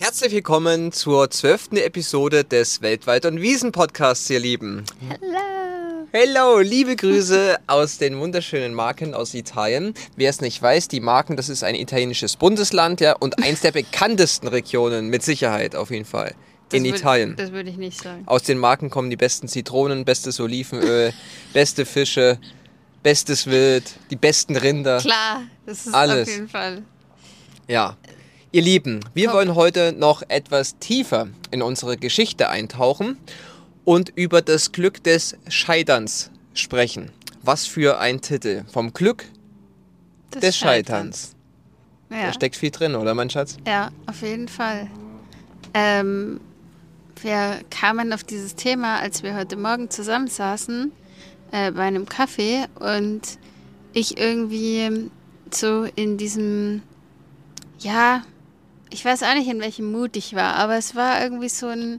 Herzlich willkommen zur 12. Episode des Weltweit- und Wiesen-Podcasts, ihr Lieben. Hello. Hello, liebe Grüße aus den wunderschönen Marken aus Italien. Wer es nicht weiß, die Marken, das ist ein italienisches Bundesland, ja, und eins der bekanntesten Regionen, mit Sicherheit auf jeden Fall, Italien. Das würde ich nicht sagen. Aus den Marken kommen die besten Zitronen, bestes Olivenöl, beste Fische, bestes Wild, die besten Rinder. Klar, das ist alles. Auf jeden Fall. Ja. Ihr Lieben, wir wollen heute noch etwas tiefer in unsere Geschichte eintauchen und über das Glück des Scheiterns sprechen. Was für ein Titel. Vom Glück des Scheiterns. Ja. Da steckt viel drin, oder mein Schatz? Ja, auf jeden Fall. Wir kamen auf dieses Thema, als wir heute Morgen zusammensaßen bei einem Kaffee und ich irgendwie so in diesem, ja, ich weiß auch nicht, in welchem Mut ich war, aber es war irgendwie so ein,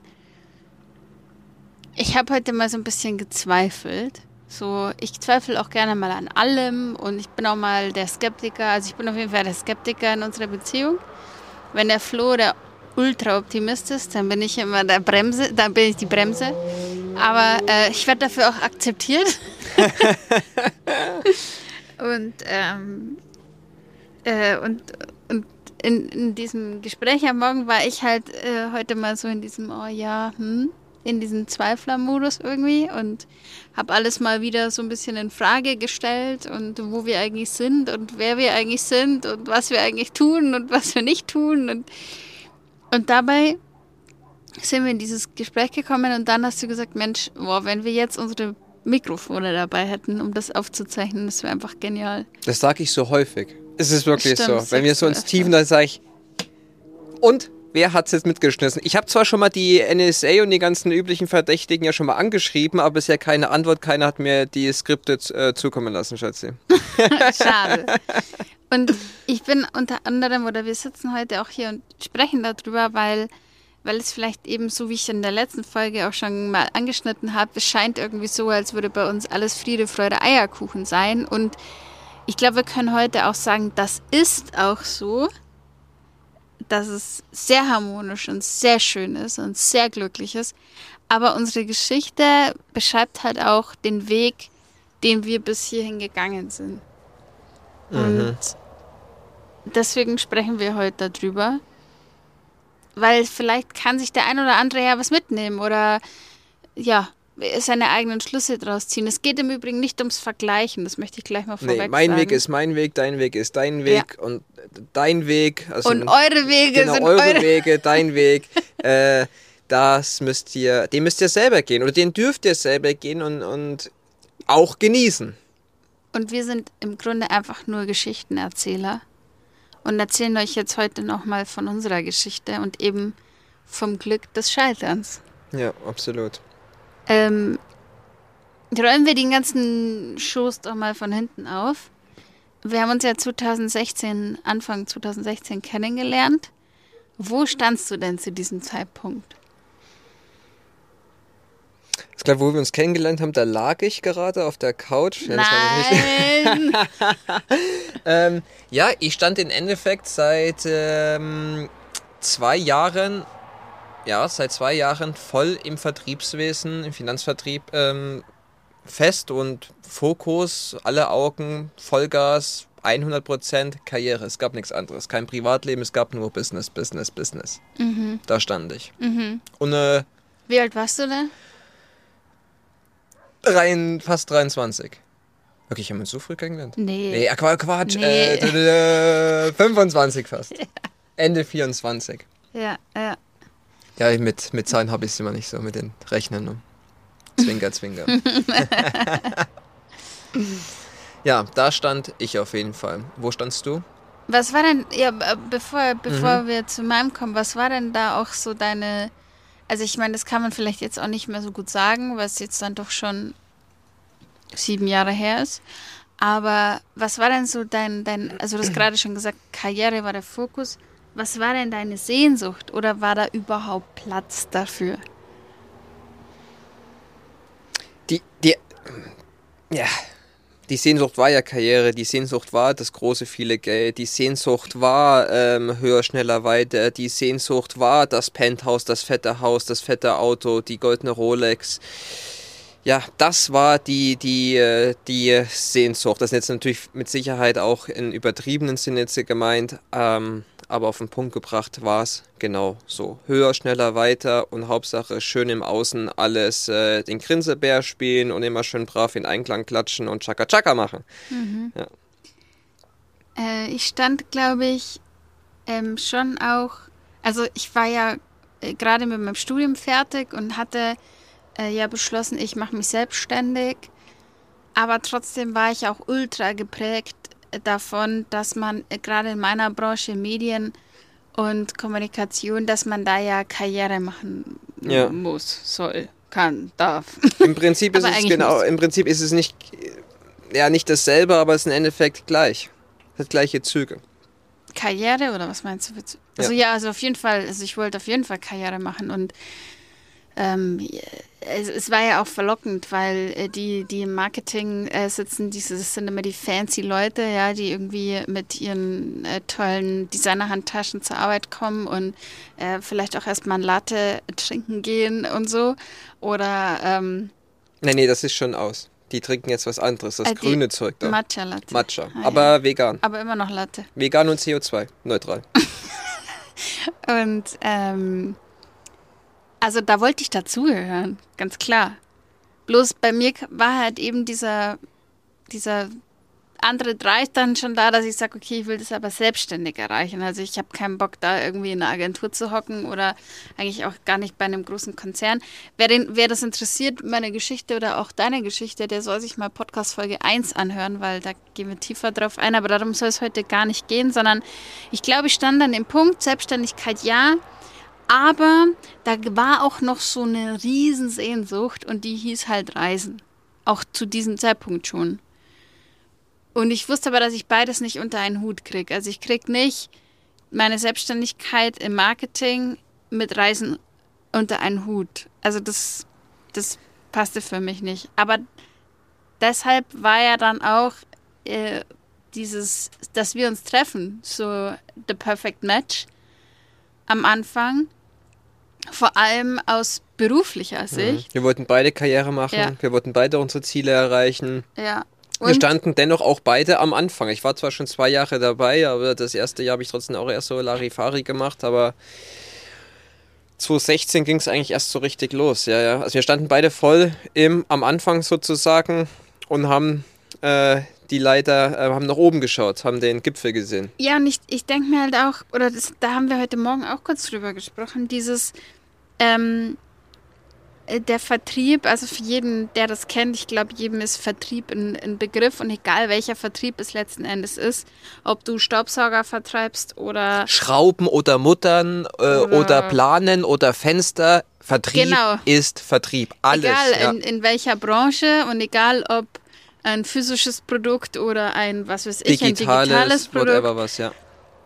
ich habe heute mal so ein bisschen gezweifelt. So, ich zweifle auch gerne mal an allem und ich bin auch mal der Skeptiker, also ich bin auf jeden Fall der Skeptiker in unserer Beziehung. Wenn der Flo der Ultra-Optimist ist, dann bin ich immer der Bremse, dann bin ich die Bremse. Aber ich werde dafür auch akzeptiert. Und in diesem Gespräch am Morgen war ich halt heute mal so in diesem, in diesem Zweifler-Modus irgendwie und habe alles mal wieder so ein bisschen in Frage gestellt und wo wir eigentlich sind und wer wir eigentlich sind und was wir eigentlich tun und was wir nicht tun. Und dabei sind wir in dieses Gespräch gekommen und dann hast du gesagt, Mensch, wenn wir jetzt unsere Mikrofone dabei hätten, um das aufzuzeichnen, das wäre einfach genial. Das sage ich so häufig. Es ist wirklich Stimmt, so. Wenn wir so ins Tiefen, dann sage ich, und wer hat es jetzt mitgeschnissen? Ich habe zwar schon mal die NSA und die ganzen üblichen Verdächtigen ja schon mal angeschrieben, aber bisher keine Antwort. Keiner hat mir die Skripte zukommen lassen, Schatzi. Schade. Und ich bin unter anderem, oder wir sitzen heute auch hier und sprechen darüber, weil es vielleicht eben so, wie ich in der letzten Folge auch schon mal angeschnitten habe, es scheint irgendwie so, als würde bei uns alles Friede, Freude, Eierkuchen sein. Und ich glaube, wir können heute auch sagen, das ist auch so, dass es sehr harmonisch und sehr schön ist und sehr glücklich ist. Aber unsere Geschichte beschreibt halt auch den Weg, den wir bis hierhin gegangen sind. Und deswegen sprechen wir heute darüber. Weil vielleicht kann sich der ein oder andere ja was mitnehmen oder ja, seine eigenen Schlüsse draus ziehen. Es geht im Übrigen nicht ums Vergleichen, das möchte ich gleich mal vorweg sagen. Mein Weg ist mein Weg, dein Weg ist dein Weg und dein Weg. Also und eure Wege sind eure Wege, dein Weg. Den müsst ihr selber gehen oder den dürft ihr selber gehen und auch genießen. Und wir sind im Grunde einfach nur Geschichtenerzähler und erzählen euch jetzt heute nochmal von unserer Geschichte und eben vom Glück des Scheiterns. Ja, absolut. Rollen wir den ganzen Schoß doch mal von hinten auf. Wir haben uns ja Anfang 2016 kennengelernt. Wo standst du denn zu diesem Zeitpunkt? Ich glaube, wo wir uns kennengelernt haben, da lag ich gerade auf der Couch. Nein! Ja, ich stand im Endeffekt seit 2 Jahren voll im Vertriebswesen, im Finanzvertrieb fest und Fokus, alle Augen, Vollgas, 100% Karriere. Es gab nichts anderes. Kein Privatleben, es gab nur Business, Business, Business. Mhm. Da stand ich. Mhm. Und wie alt warst du da? Fast 23. Wirklich, haben wir uns so früh kennengelernt? Nee. Quatsch. Nee. 25 fast. Ja. Ende 24. Ja. Ja, mit Zahlen habe ich es immer nicht so, mit den Rechnern. Ne? Zwinker, Zwinker. Ja, da stand ich auf jeden Fall. Wo standst du? Was war denn, bevor wir zu meinem kommen, was war denn da auch so deine, also ich meine, das kann man vielleicht jetzt auch nicht mehr so gut sagen, weil es jetzt dann doch schon 7 Jahre her ist. Aber was war denn so also du hast gerade schon gesagt, Karriere war der Fokus. Was war denn deine Sehnsucht oder war da überhaupt Platz dafür? Die Sehnsucht war ja Karriere, die Sehnsucht war das große, viele Geld, die Sehnsucht war höher, schneller, weiter, die Sehnsucht war das Penthouse, das fette Haus, das fette Auto, die goldene Rolex. Ja, das war die Sehnsucht. Das ist jetzt natürlich mit Sicherheit auch in übertriebenen Sinne jetzt gemeint, aber auf den Punkt gebracht war es genau so. Höher, schneller, weiter und Hauptsache schön im Außen alles den Grinsebär spielen und immer schön brav in Einklang klatschen und Chaka-Chaka machen. Ja. Ich stand, glaube ich, schon auch, also ich war ja gerade mit meinem Studium fertig und hatte ja beschlossen, ich mache mich selbstständig, aber trotzdem war ich auch ultra geprägt davon, dass man gerade in meiner Branche Medien und Kommunikation, dass man da ja Karriere machen muss, soll, kann, darf. Im Prinzip ist es genau, im Prinzip ist es nicht dasselbe, aber es ist im Endeffekt gleich. Es hat gleiche Züge. Karriere oder was meinst du? Also also auf jeden Fall, also ich wollte auf jeden Fall Karriere machen und es war ja auch verlockend, weil die im Marketing sitzen, das sind immer die fancy Leute, ja, die irgendwie mit ihren tollen Designerhandtaschen zur Arbeit kommen und vielleicht auch erstmal ein Latte trinken gehen und so. Oder Nee, das ist schon aus. Die trinken jetzt was anderes, das grüne Zeug da. Matcha-Latte. Matcha, aber vegan. Aber immer noch Latte. Vegan und CO2-neutral. Und also da wollte ich dazugehören, ganz klar. Bloß bei mir war halt eben dieser andere Drive dann schon da, dass ich sage, okay, ich will das aber selbstständig erreichen. Also ich habe keinen Bock, da irgendwie in einer Agentur zu hocken oder eigentlich auch gar nicht bei einem großen Konzern. Wer das interessiert, meine Geschichte oder auch deine Geschichte, der soll sich mal Podcast Folge 1 anhören, weil da gehen wir tiefer drauf ein. Aber darum soll es heute gar nicht gehen, sondern ich glaube, ich stand an dem Punkt, Selbstständigkeit ja, aber da war auch noch so eine Riesensehnsucht und die hieß halt Reisen. Auch zu diesem Zeitpunkt schon. Und ich wusste aber, dass ich beides nicht unter einen Hut kriege. Also ich kriege nicht meine Selbstständigkeit im Marketing mit Reisen unter einen Hut. Also das passte für mich nicht. Aber deshalb war ja dann auch dass wir uns treffen, so the perfect match am Anfang. Vor allem aus beruflicher Sicht. Wir wollten beide Karriere machen, wir wollten beide unsere Ziele erreichen. Ja. Wir standen dennoch auch beide am Anfang. Ich war zwar schon 2 Jahre dabei, aber das erste Jahr habe ich trotzdem auch erst so Larifari gemacht, aber 2016 ging es eigentlich erst so richtig los. Ja. Also wir standen beide voll am Anfang sozusagen und haben die Leiter, haben nach oben geschaut, haben den Gipfel gesehen. Ja, und ich denke mir halt auch, oder da haben wir heute Morgen auch kurz drüber gesprochen, der Vertrieb, also für jeden, der das kennt, ich glaube, jedem ist Vertrieb ein Begriff und egal welcher Vertrieb es letzten Endes ist, ob du Staubsauger vertreibst oder Schrauben oder Muttern oder Planen oder Fenster, Vertrieb ist Vertrieb, alles. Egal in welcher Branche und egal ob ein physisches Produkt oder ein, was weiß ich, ein digitales Produkt. Whatever was, ja.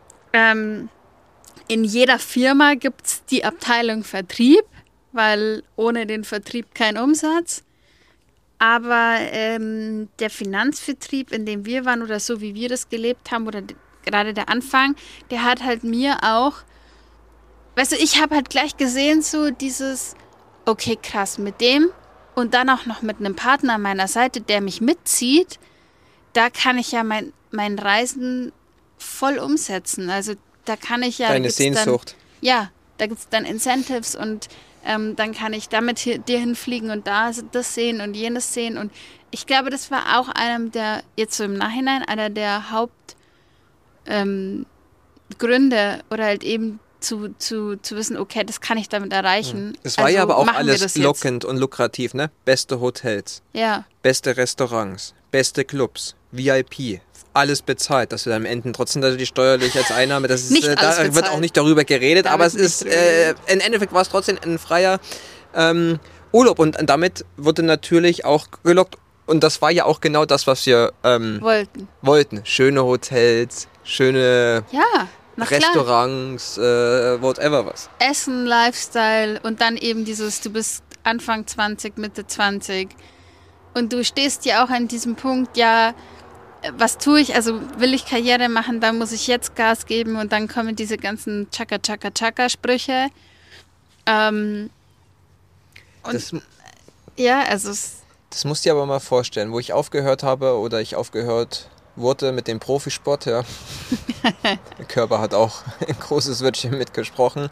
In jeder Firma gibt es die Abteilung Vertrieb, weil ohne den Vertrieb kein Umsatz. Aber der Finanzvertrieb, in dem wir waren oder so, wie wir das gelebt haben oder gerade der Anfang, der hat halt mir auch, weißt du, ich habe halt gleich gesehen, so dieses, okay, krass, mit dem und dann auch noch mit einem Partner an meiner Seite, der mich mitzieht, da kann ich ja mein Reisen voll umsetzen. Also da kann ich ja... Deine Sehnsucht. Da gibt es dann Incentives und dann kann ich damit dir hinfliegen und das sehen und jenes sehen. Und ich glaube, das war auch jetzt so im Nachhinein, einer der Hauptgründe oder halt eben zu wissen, okay, das kann ich damit erreichen. Es war ja aber auch alles lockend und lukrativ, ne? Beste Hotels, beste Restaurants, beste Clubs, VIP, alles bezahlt, dass du dann am Ende trotzdem natürlich steuerlich als Einnahme, das ist, da wird auch nicht darüber geredet, aber es ist, im Endeffekt war es trotzdem ein freier Urlaub und damit wurde natürlich auch gelockt und das war ja auch genau das, was wir wollten. Schöne Hotels, schöne Restaurants, whatever was. Essen, Lifestyle und dann eben du bist Anfang 20, Mitte 20, Und du stehst ja auch an diesem Punkt, ja, was tue ich? Also will ich Karriere machen, dann muss ich jetzt Gas geben und dann kommen diese ganzen Chaka-Chaka-Chaka-Sprüche. Und ja, also das musst du dir aber mal vorstellen, wo ich aufgehört habe oder ich aufgehört wurde mit dem Profisport, ja. Der Körper hat auch ein großes Wörtchen mitgesprochen.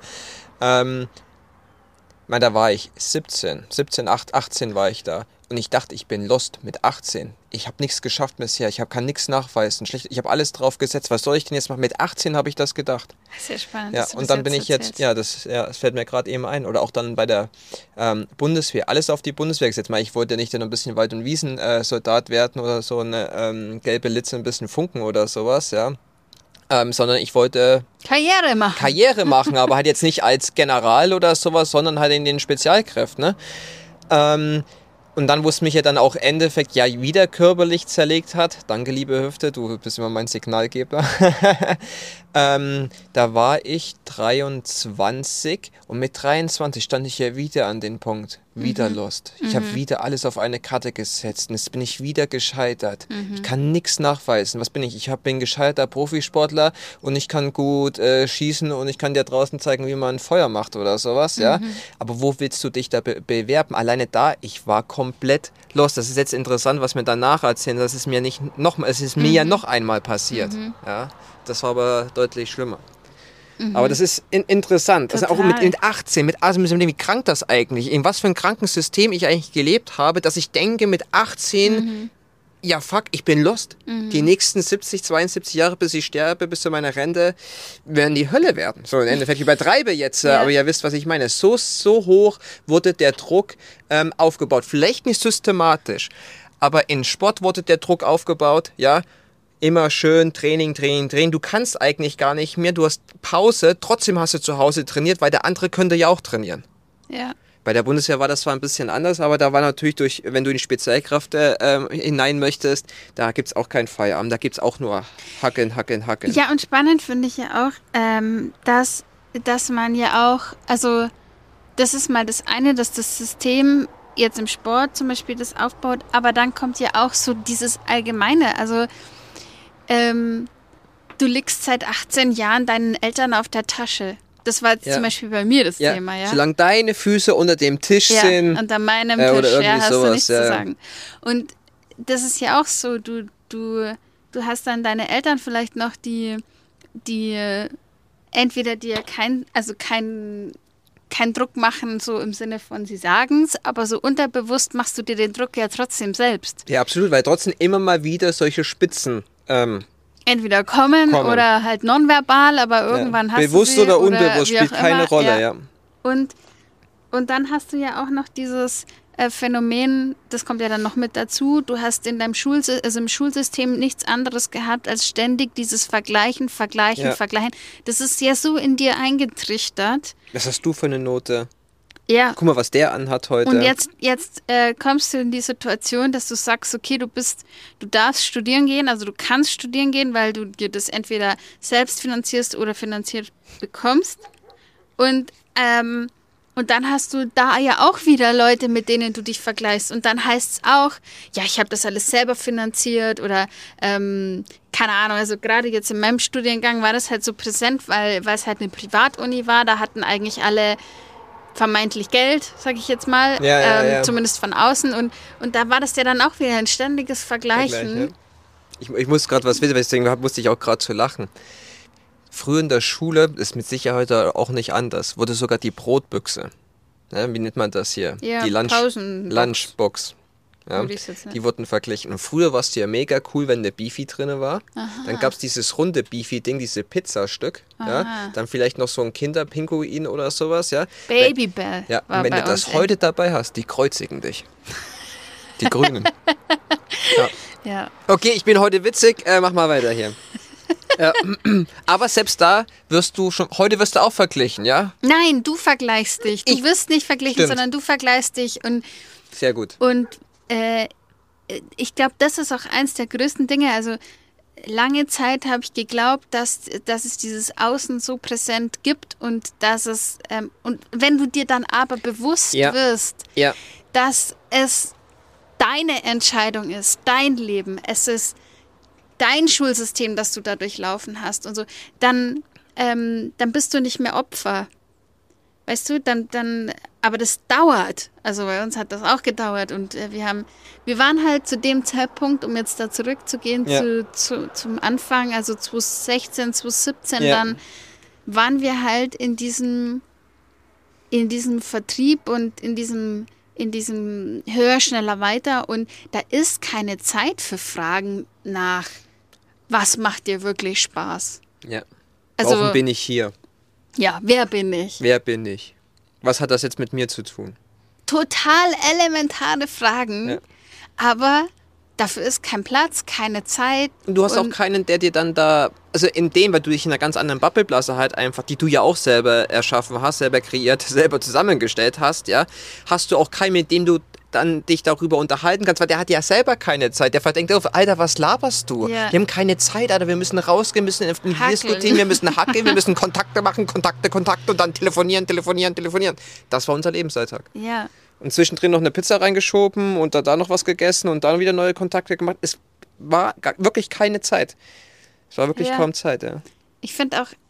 Da war ich 18 war ich da. Und ich dachte, ich bin lost mit 18. Ich habe nichts geschafft bisher, kann nichts nachweisen. Ich habe alles drauf gesetzt. Was soll ich denn jetzt machen? Mit 18 habe ich das gedacht. Sehr spannend. Ja, und dann bin ich jetzt, das fällt mir gerade eben ein. Oder auch dann bei der Bundeswehr. Alles auf die Bundeswehr gesetzt. Ich wollte nicht dann ein bisschen Wald- und Wiesen-Soldat werden oder so eine gelbe Litze, ein bisschen Funken oder sowas, ja. Sondern ich wollte Karriere machen, aber halt jetzt nicht als General oder sowas, sondern halt in den Spezialkräften, ne? Und dann, wo es mich ja dann auch im Endeffekt ja wieder körperlich zerlegt hat, danke liebe Hüfte, du bist immer mein Signalgeber, da war ich 23 und mit 23 stand ich ja wieder an den Punkt, wieder lost. Ich habe wieder alles auf eine Karte gesetzt und jetzt bin ich wieder gescheitert. Ich kann nichts nachweisen. Was bin ich? Ich bin gescheiterter Profisportler und ich kann gut schießen und ich kann dir draußen zeigen, wie man Feuer macht oder sowas, ja. Aber wo willst du dich da bewerben? Alleine da, ich war komplett lost. Das ist jetzt interessant, was mir danach erzählen. Das ist mir es ist mir ja noch einmal passiert, ja. Das war aber deutlich schlimmer. Aber das ist interessant. Also auch mit 18, wie krank das eigentlich, in was für ein Krankensystem ich eigentlich gelebt habe, dass ich denke mit 18, ja fuck, ich bin lost. Die nächsten 70, 72 Jahre, bis ich sterbe, bis zu meiner Rente, werden die Hölle werden. So im Endeffekt, ich übertreibe jetzt, aber ihr wisst, was ich meine. So hoch wurde der Druck aufgebaut. Vielleicht nicht systematisch, aber in Sport wurde der Druck aufgebaut, ja. Immer schön Training. Du kannst eigentlich gar nicht mehr. Du hast Pause. Trotzdem hast du zu Hause trainiert, weil der andere könnte ja auch trainieren. Ja. Bei der Bundeswehr war das zwar ein bisschen anders, aber da war natürlich wenn du in die Spezialkräfte hinein möchtest, da gibt es auch keinen Feierabend. Da gibt es auch nur Hacken. Ja, und spannend finde ich ja auch, dass man ja auch, also das ist mal das eine, dass das System jetzt im Sport zum Beispiel das aufbaut, aber dann kommt ja auch so dieses Allgemeine, also du liegst seit 18 Jahren deinen Eltern auf der Tasche. Das war jetzt zum Beispiel bei mir das Thema, ja. Solange deine Füße unter dem Tisch sind. Unter meinem Tisch, hast sowas, du nichts zu sagen. Und das ist ja auch so, du hast dann deine Eltern vielleicht noch, die entweder dir keinen Druck machen, so im Sinne von, sie sagen es, aber so unterbewusst machst du dir den Druck ja trotzdem selbst. Ja, absolut, weil trotzdem immer mal wieder solche Spitzen entweder kommen oder halt nonverbal, aber irgendwann hast bewusst du sie. Bewusst oder unbewusst, spielt keine Rolle, ja. Und dann hast du ja auch noch dieses Phänomen, das kommt ja dann noch mit dazu, du hast in deinem im Schulsystem nichts anderes gehabt, als ständig dieses Vergleichen. Das ist ja so in dir eingetrichtert. Was hast du für eine Note? Ja. Guck mal, was der anhat heute. Und jetzt kommst du in die Situation, dass du sagst, okay, du darfst studieren gehen, also du kannst studieren gehen, weil du dir das entweder selbst finanzierst oder finanziert bekommst. Und dann hast du da ja auch wieder Leute, mit denen du dich vergleichst. Und dann heißt es auch, ja, ich habe das alles selber finanziert oder keine Ahnung, also gerade jetzt in meinem Studiengang war das halt so präsent, weil es halt eine Privatuni war, da hatten eigentlich alle vermeintlich Geld, sage ich jetzt mal, zumindest von außen. Und da war das ja dann auch wieder ein ständiges Vergleichen. Ich muss gerade was wissen, deswegen musste ich auch gerade zu lachen. Früher in der Schule, ist mit Sicherheit auch nicht anders, wurde sogar die Brotbüchse, ne, wie nennt man das hier? Ja, die Lunchbox. Ja, die wurden verglichen. Und früher war es ja mega cool, wenn der Beefy drin war. Aha. Dann gab es dieses runde Beefy-Ding, diese Pizzastück. Ja, dann vielleicht noch so ein Kinderpinguin oder sowas. Ja. Babybell. Ja, und wenn du das heute dabei hast, die kreuzigen dich. Die Grünen. Ja. Okay, ich bin heute witzig. Mach mal weiter hier. Ja. Aber selbst da heute wirst du auch verglichen, ja? Nein, du vergleichst dich. Du wirst nicht verglichen, sondern du vergleichst dich. Sehr gut. Und ich glaube, das ist auch eins der größten Dinge. Also lange Zeit habe ich geglaubt, dass es dieses Außen so präsent gibt und dass es, und wenn du dir dann aber bewusst wirst, dass es deine Entscheidung ist, dein Leben, es ist dein Schulsystem, das du da durchlaufen hast und so, dann bist du nicht mehr Opfer. Weißt du, aber das dauert. Also bei uns hat das auch gedauert und wir waren halt zu dem Zeitpunkt, um jetzt da zurückzugehen zum Anfang, also 2016, 2017, dann waren wir halt in diesem Vertrieb und in diesem höher, schneller, weiter und da ist keine Zeit für Fragen nach, was macht dir wirklich Spaß? Ja. Also, warum bin ich hier? Ja, wer bin ich? Wer bin ich? Was hat das jetzt mit mir zu tun? Total elementare Fragen, aber dafür ist kein Platz, keine Zeit. Und du hast auch keinen, der dir dann da, also weil du dich in einer ganz anderen Bubbleblase halt einfach, die du ja auch selber erschaffen hast, selber kreiert, selber zusammengestellt hast, ja, hast du auch keinen, mit dem du dann dich darüber unterhalten kannst, weil der hat ja selber keine Zeit. Der verdenkt auf, Alter, was laberst du? Ja. Wir haben keine Zeit, Alter, wir müssen rausgehen, wir müssen diskutieren, wir müssen hackeln, wir müssen Kontakte machen, Kontakte und dann telefonieren. Das war unser Lebensalltag. Ja. Und zwischendrin noch eine Pizza reingeschoben und da noch was gegessen und dann wieder neue Kontakte gemacht. Es war wirklich keine Zeit. Es war wirklich kaum Zeit, ja. Ich finde auch,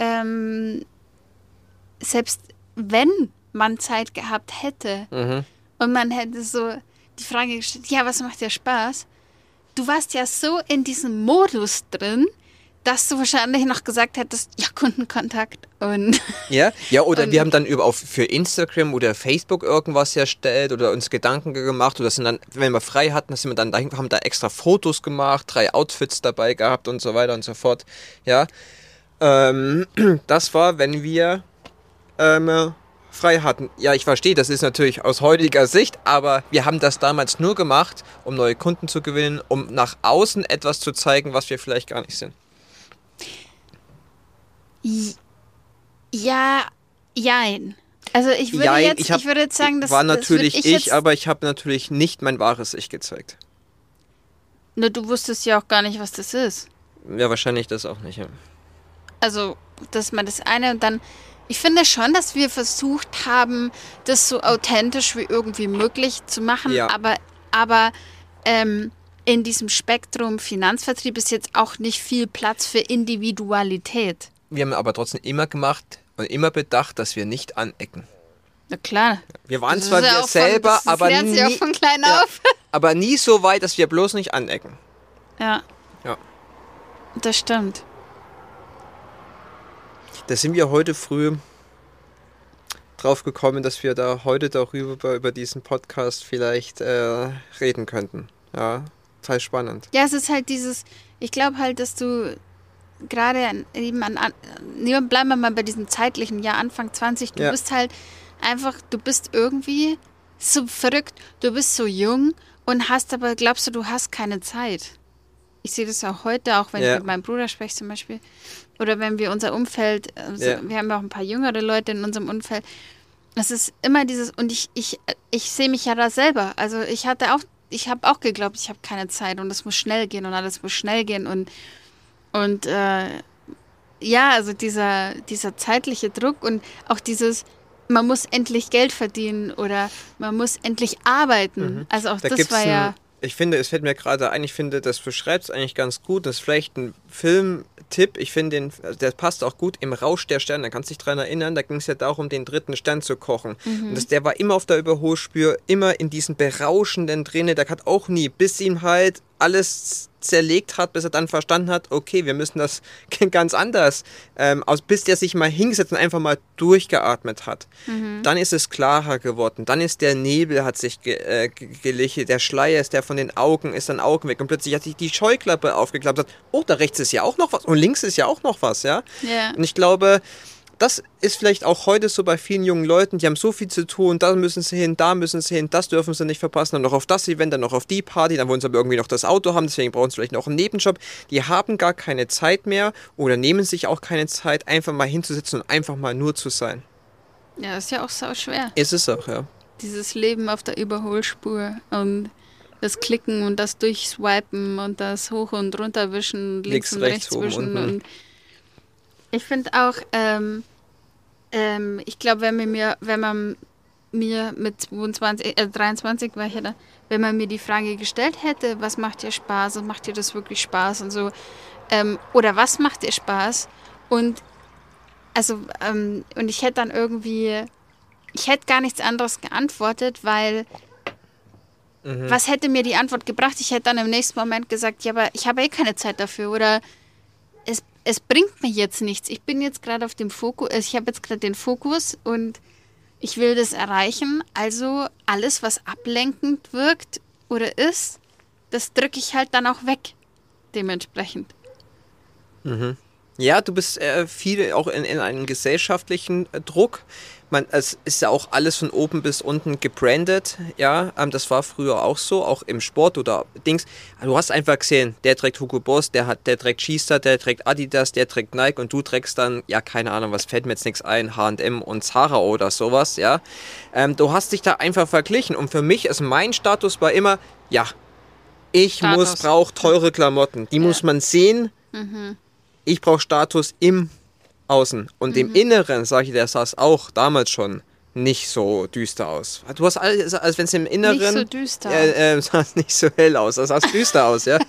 selbst wenn man Zeit gehabt hätte und man hätte so die Frage gestellt, ja, was macht dir Spaß? Du warst ja so in diesem Modus drin, dass du wahrscheinlich noch gesagt hättest, ja, Kundenkontakt und... Ja, oder wir haben dann für Instagram oder Facebook irgendwas erstellt oder uns Gedanken gemacht oder sind dann, wenn wir frei hatten, sind wir dann dahin, haben da extra Fotos gemacht, 3 Outfits dabei gehabt und so weiter und so fort. Ja, das war, wenn wir frei hatten. Ja, ich verstehe, das ist natürlich aus heutiger Sicht, aber wir haben das damals nur gemacht, um neue Kunden zu gewinnen, um nach außen etwas zu zeigen, was wir vielleicht gar nicht sind. Ja, jein. Also ich würde jetzt sagen, das war natürlich aber ich habe natürlich nicht mein wahres Ich gezeigt. Nur du wusstest ja auch gar nicht, was das ist. Ja, wahrscheinlich das auch nicht, ja. Also, das ist mal das eine und dann, ich finde schon, dass wir versucht haben, das so authentisch wie irgendwie möglich zu machen, aber in diesem Spektrum Finanzvertrieb ist jetzt auch nicht viel Platz für Individualität. Wir haben aber trotzdem immer gemacht und immer bedacht, dass wir nicht anecken. Na klar. Wir waren zwar wir selber, aber nie, auch von klein auf. Aber nie so weit, dass wir bloß nicht anecken. Ja. Das stimmt. Da sind wir heute früh drauf gekommen, dass wir da heute darüber über diesen Podcast vielleicht reden könnten. Ja, total spannend. Ja, es ist halt ich glaube halt, dass du gerade bleiben wir mal bei diesem zeitlichen Jahr, Anfang 20, du bist halt einfach, du bist irgendwie so verrückt, du bist so jung und glaubst du hast keine Zeit. Ich sehe das auch heute, auch wenn ich mit meinem Bruder spreche zum Beispiel, oder wenn wir unser Umfeld, wir haben ja auch ein paar jüngere Leute in unserem Umfeld, es ist immer dieses, und ich sehe mich ja da selber, also ich habe auch geglaubt, ich habe keine Zeit und es muss schnell gehen und alles muss schnell gehen und also dieser zeitliche Druck und auch dieses, man muss endlich Geld verdienen oder man muss endlich arbeiten. Also auch das war ja... Ich finde, es fällt mir gerade ein, das beschreibt es eigentlich ganz gut. Das ist vielleicht ein Filmtipp. Ich finde, der passt auch gut, Im Rausch der Sterne. Da kannst du dich dran erinnern, da ging es ja darum, den 3. Stern zu kochen. Und der war immer auf der Überholspur, immer in diesen Berauschenden drinne. Der hat auch nie, bis ihm halt alles zerlegt hat, bis er dann verstanden hat, okay, wir müssen das ganz anders, bis der sich mal hingesetzt und einfach mal durchgeatmet hat. Dann ist es klarer geworden, dann ist der Nebel hat sich gelichtet, der Schleier ist der von den Augen, ist dann Augen weg und plötzlich hat sich die Scheuklappe aufgeklappt und sagt, oh, da rechts ist ja auch noch was und links ist ja auch noch was, ja. Und ich glaube, das ist vielleicht auch heute so bei vielen jungen Leuten, die haben so viel zu tun, da müssen sie hin, das dürfen sie nicht verpassen, dann noch auf das Event, dann noch auf die Party, dann wollen sie aber irgendwie noch das Auto haben, deswegen brauchen sie vielleicht noch einen Nebenjob. Die haben gar keine Zeit mehr oder nehmen sich auch keine Zeit, einfach mal hinzusitzen und einfach mal nur zu sein. Ja, ist ja auch sau schwer. Ist es auch, ja. Dieses Leben auf der Überholspur und das Klicken und das Durchswipen und das Hoch- und Runterwischen, links und rechts wischen und ich finde auch, ich glaube, wenn man mir mit 23 war ich ja da, wenn man mir die Frage gestellt hätte, was macht dir Spaß und macht dir das wirklich Spaß und so, oder was macht dir Spaß? Und und ich hätte dann irgendwie, ich hätte gar nichts anderes geantwortet, weil was hätte mir die Antwort gebracht? Ich hätte dann im nächsten Moment gesagt, ja, aber ich habe eh keine Zeit dafür oder es bringt mir jetzt nichts. Ich bin jetzt gerade auf dem Fokus, ich habe jetzt gerade den Fokus und ich will das erreichen. Also alles, was ablenkend wirkt oder ist, das drücke ich halt dann auch weg. Dementsprechend. Ja, du bist viel auch in einem gesellschaftlichen Druck. Es ist ja auch alles von oben bis unten gebrandet. Ja, das war früher auch so, auch im Sport oder Dings. Du hast einfach gesehen, der trägt Hugo Boss, der trägt Schiester, der trägt Adidas, der trägt Nike und du trägst dann, ja, keine Ahnung, was fällt mir jetzt nichts ein, H&M und Zara oder sowas, ja. Du hast dich da einfach verglichen und für mich ist mein Status war immer, ja, ich brauche teure Klamotten. Die muss man sehen. Ich brauche Status im Außen. Und im Inneren, sage ich dir, sah es auch damals schon nicht so düster aus. Du hast alles, als wenn es im Inneren... Nicht so düster sah es nicht so hell aus. Es sah düster aus, ja.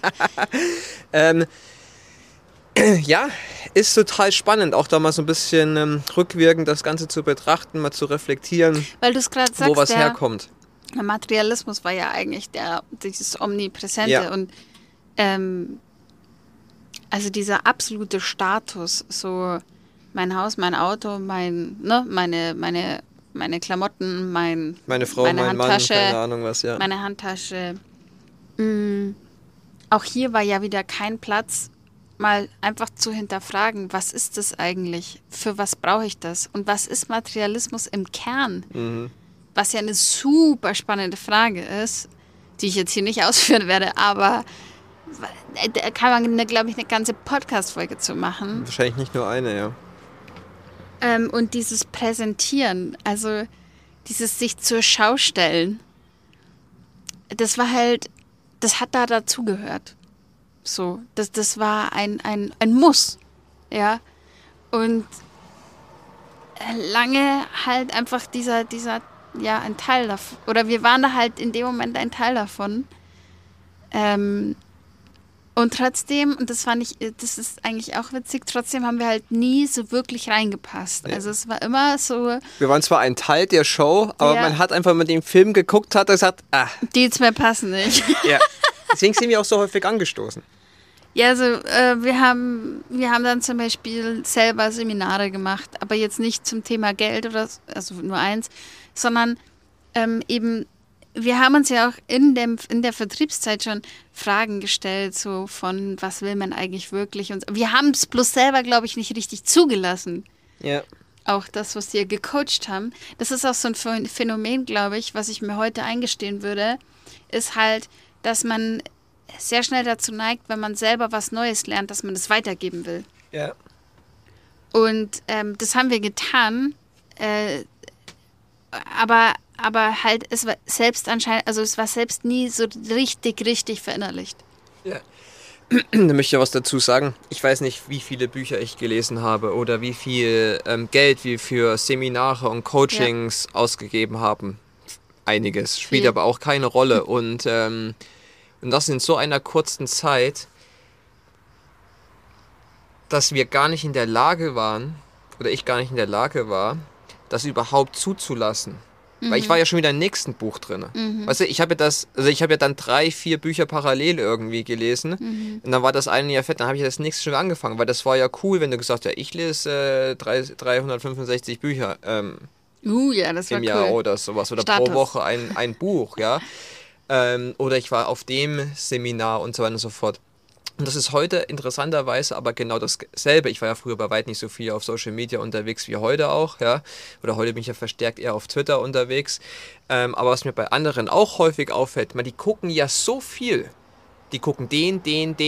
Ja, ist total spannend, auch da mal so ein bisschen rückwirkend das Ganze zu betrachten, mal zu reflektieren, weil du es gerade sagst, wo was herkommt. Der Materialismus war ja eigentlich dieses Omnipräsente und also dieser absolute Status, so mein Haus, mein Auto, meine Klamotten, meine Frau, meine mein Handtasche, Mann, keine Ahnung was, ja. Meine Handtasche. Auch hier war ja wieder kein Platz, mal einfach zu hinterfragen, was ist das eigentlich? Für was brauche ich das? Und was ist Materialismus im Kern? Was ja eine super spannende Frage ist, die ich jetzt hier nicht ausführen werde, aber da kann man, glaube ich, eine ganze Podcast-Folge zu machen. Wahrscheinlich nicht nur eine, ja. Und dieses Präsentieren, also dieses sich zur Schau stellen, das war halt, das hat da dazugehört. So, das war ein Muss, ja. Und lange halt einfach dieser, ja, ein Teil davon, oder wir waren da halt in dem Moment ein Teil davon. Und trotzdem, und das ist eigentlich auch witzig, trotzdem haben wir halt nie so wirklich reingepasst. Ja. Also es war immer so... Wir waren zwar ein Teil der Show, aber man hat einfach mit dem Film geguckt, hat gesagt, die zwei passen nicht. Ja, deswegen sind wir auch so häufig angestoßen. Ja, also wir haben dann zum Beispiel selber Seminare gemacht, aber jetzt nicht zum Thema Geld oder, also nur eins, sondern eben... Wir haben uns ja auch in der Vertriebszeit schon Fragen gestellt, so von, was will man eigentlich wirklich? Und wir haben es bloß selber, glaube ich, nicht richtig zugelassen. Ja. Auch das, was wir gecoacht haben. Das ist auch so ein Phänomen, glaube ich, was ich mir heute eingestehen würde, ist halt, dass man sehr schnell dazu neigt, wenn man selber was Neues lernt, dass man das weitergeben will. Ja. Und das haben wir getan, aber halt, es war selbst anscheinend, also es war selbst nie so richtig verinnerlicht. Ja. Da möchte ich ja was dazu sagen. Ich weiß nicht, wie viele Bücher ich gelesen habe oder wie viel Geld wir für Seminare und Coachings ausgegeben haben. Einiges. Spielt aber auch keine Rolle. Und das in so einer kurzen Zeit, dass wir gar nicht in der Lage waren, oder ich gar nicht in der Lage war, das überhaupt zuzulassen. Weil ich war ja schon wieder im nächsten Buch drin. Weißt du, ich habe ja dann 3-4 Bücher parallel irgendwie gelesen. Und dann war das eine Jahr fett, dann habe ich das nächste schon wieder angefangen. Weil das war ja cool, wenn du gesagt hast, ja, ich lese 365 Bücher ja, das war im Jahr cool. oder sowas. Oder Status. pro Woche ein Buch, ja. Oder ich war auf dem Seminar und so weiter und so fort. Und das ist heute interessanterweise aber genau dasselbe. Ich war ja früher bei weit nicht so viel auf Social Media unterwegs wie heute auch, ja. Oder heute bin ich ja verstärkt eher auf Twitter unterwegs. Aber was mir bei anderen auch häufig auffällt, die gucken ja so viel. Die gucken den.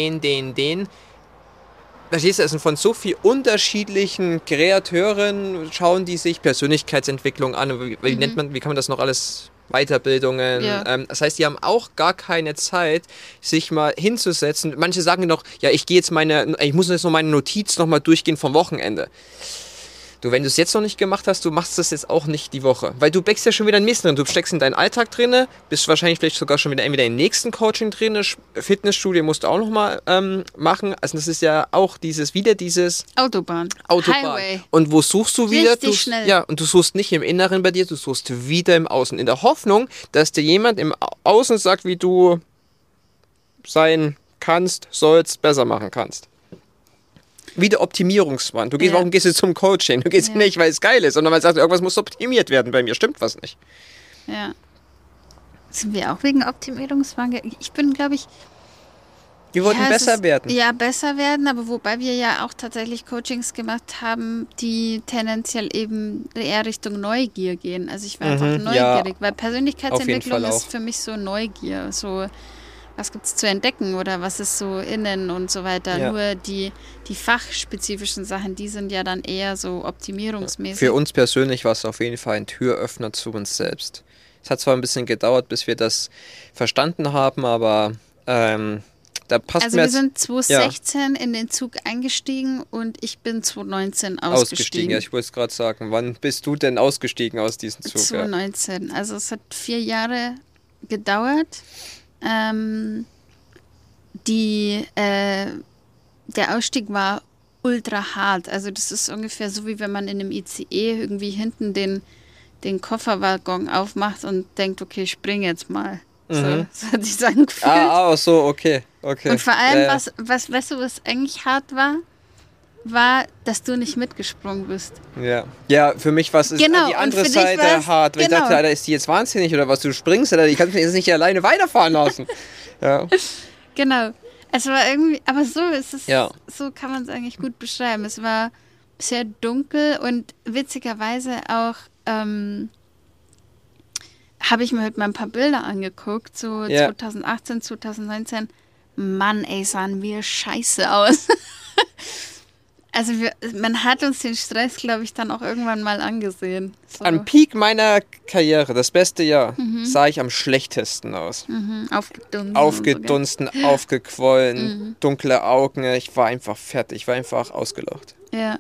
Verstehst du, es sind von so vielen unterschiedlichen Kreateuren, schauen die sich Persönlichkeitsentwicklung an. Wie nennt man, wie kann man das noch alles... Weiterbildungen. Ja. Das heißt, die haben auch gar keine Zeit, sich mal hinzusetzen. Manche sagen noch, ja, ich muss jetzt noch meine Notiz noch mal durchgehen vom Wochenende. Du, wenn du es jetzt noch nicht gemacht hast, du machst das jetzt auch nicht die Woche. Weil du wächst ja schon wieder im nächsten drin. Du steckst in deinen Alltag drin, bist wahrscheinlich vielleicht sogar schon wieder entweder im nächsten Coaching drin, Fitnessstudio musst du auch nochmal machen. Also das ist ja auch dieses Autobahn. Highway. Und wo suchst du wieder? Richtig schnell. Ja, und du suchst nicht im Inneren bei dir, du suchst wieder im Außen. In der Hoffnung, dass dir jemand im Außen sagt, wie du sein kannst, sollst, besser machen kannst. Wie der Optimierungsmann. Warum gehst du zum Coaching? Du gehst nicht, weil es geil ist, sondern weil du sagst, irgendwas muss optimiert werden. Bei mir stimmt was nicht. Ja. Sind wir auch wegen Optimierungswahn? Ich bin, glaube ich... Wir wollten besser werden. Ja, besser werden, aber wobei wir ja auch tatsächlich Coachings gemacht haben, die tendenziell eben eher Richtung Neugier gehen. Also ich war einfach neugierig, weil Persönlichkeitsentwicklung ist für mich so Neugier, so was gibt es zu entdecken oder was ist so innen und so weiter. Ja. Nur die fachspezifischen Sachen, die sind ja dann eher so optimierungsmäßig. Für uns persönlich war es auf jeden Fall ein Türöffner zu uns selbst. Es hat zwar ein bisschen gedauert, bis wir das verstanden haben, aber da passt also wir sind 2016 in den Zug eingestiegen und ich bin 2019 ausgestiegen. Ja, ich wollte es gerade sagen. Wann bist du denn ausgestiegen aus diesem Zug? 2019. Ja. Also es hat 4 Jahre gedauert. Der Ausstieg war ultra hart. Also das ist ungefähr so, wie wenn man in einem ICE irgendwie hinten den Kofferwaggon aufmacht und denkt, okay, spring jetzt mal. So hat sich dann gefühlt. So, okay. Und vor allem, was weißt du, was eigentlich hart war, dass du nicht mitgesprungen bist. Ja, für mich war es die andere Seite hart. Weil ich dachte, Alter, ist die jetzt wahnsinnig oder was? Du springst, Alter, ich kann mich jetzt nicht alleine weiterfahren lassen. Ja. Genau. Es war irgendwie, aber so ist es, so kann man es eigentlich gut beschreiben. Es war sehr dunkel und witzigerweise auch habe ich mir heute mal ein paar Bilder angeguckt, so 2018, 2019. Mann, ey, sahen wir scheiße aus. Also man hat uns den Stress, glaube ich, dann auch irgendwann mal angesehen. So. Am Peak meiner Karriere, das beste Jahr, sah ich am schlechtesten aus. Aufgedunsen, aufgequollen, dunkle Augen. Ich war einfach fertig, ich war einfach ausgelaugt. Ja.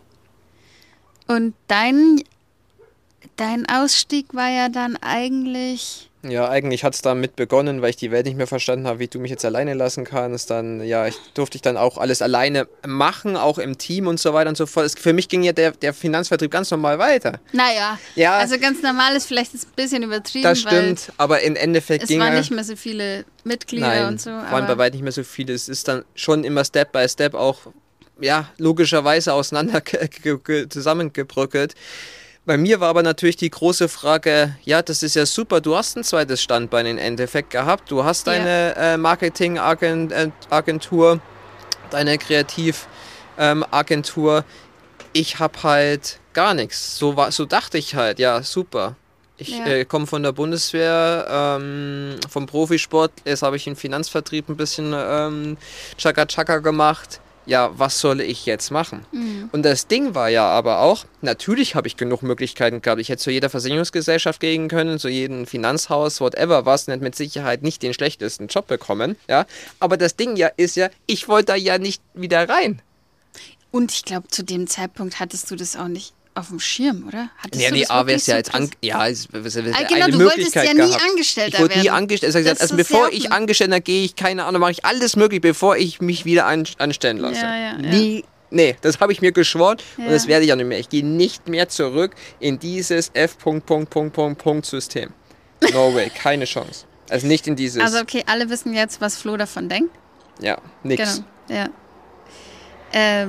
Und dein Ausstieg war ja dann eigentlich... Ja, eigentlich hat es damit begonnen, weil ich die Welt nicht mehr verstanden habe, wie du mich jetzt alleine lassen kannst. Dann, durfte ich dann auch alles alleine machen, auch im Team und so weiter und so fort. Für mich ging ja der Finanzvertrieb ganz normal weiter. Naja, also ganz normal ist vielleicht ein bisschen übertrieben. Das stimmt, aber im Endeffekt es waren nicht mehr so viele Mitglieder und so. Waren bei weitem nicht mehr so viele. Es ist dann schon immer Step by Step auch, logischerweise zusammengebröckelt. Bei mir war aber natürlich die große Frage, das ist ja super, du hast ein zweites Standbein im Endeffekt gehabt, du hast deine Marketingagentur, deine Kreativagentur, ich habe halt gar nichts, so dachte ich halt, super. Ich komme von der Bundeswehr, vom Profisport, jetzt habe ich im Finanzvertrieb ein bisschen Chaka-Chaka gemacht. Ja, was soll ich jetzt machen? Und das Ding war ja aber auch, natürlich habe ich genug Möglichkeiten gehabt. Ich hätte zu jeder Versicherungsgesellschaft gehen können, zu jedem Finanzhaus, whatever was, und hätte mit Sicherheit nicht den schlechtesten Job bekommen. Ja? Aber das Ding ist ich wollte da ja nicht wieder rein. Und ich glaube, zu dem Zeitpunkt hattest du das auch nicht auf dem Schirm, oder? Die AWS ja jetzt genau, eine du Möglichkeit wolltest ja nie Angestellter werden. Ich wurde nie angestellt. Also bevor ich Angestellter gehe, ich keine Ahnung, mache ich alles möglich, bevor ich mich wieder anstellen lasse. Nie. Nee, das habe ich mir geschworen und das werde ich auch nicht mehr. Ich gehe nicht mehr zurück in dieses System. No way, keine Chance. Also nicht in dieses... Also okay, alle wissen jetzt, was Flo davon denkt. Ja, nix. Genau, ja.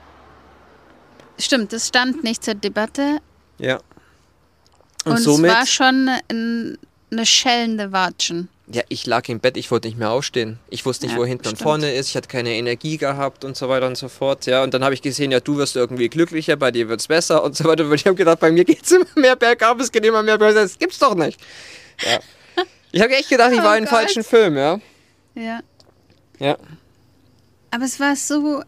Stimmt, das stand nicht zur Debatte. Ja. Und somit, es war schon eine schellende Watschen. Ja, ich lag im Bett, ich wollte nicht mehr aufstehen. Ich wusste nicht, wo hinten und vorne ist. Ich hatte keine Energie gehabt und so weiter und so fort. Ja, und dann habe ich gesehen, du wirst irgendwie glücklicher, bei dir wird es besser und so weiter. Und ich habe gedacht, bei mir geht es immer mehr bergab, es geht immer mehr bergab. Das gibt's doch nicht. Ja. Ich habe echt gedacht, ich war in einem falschen Film, Ja. Aber es war so...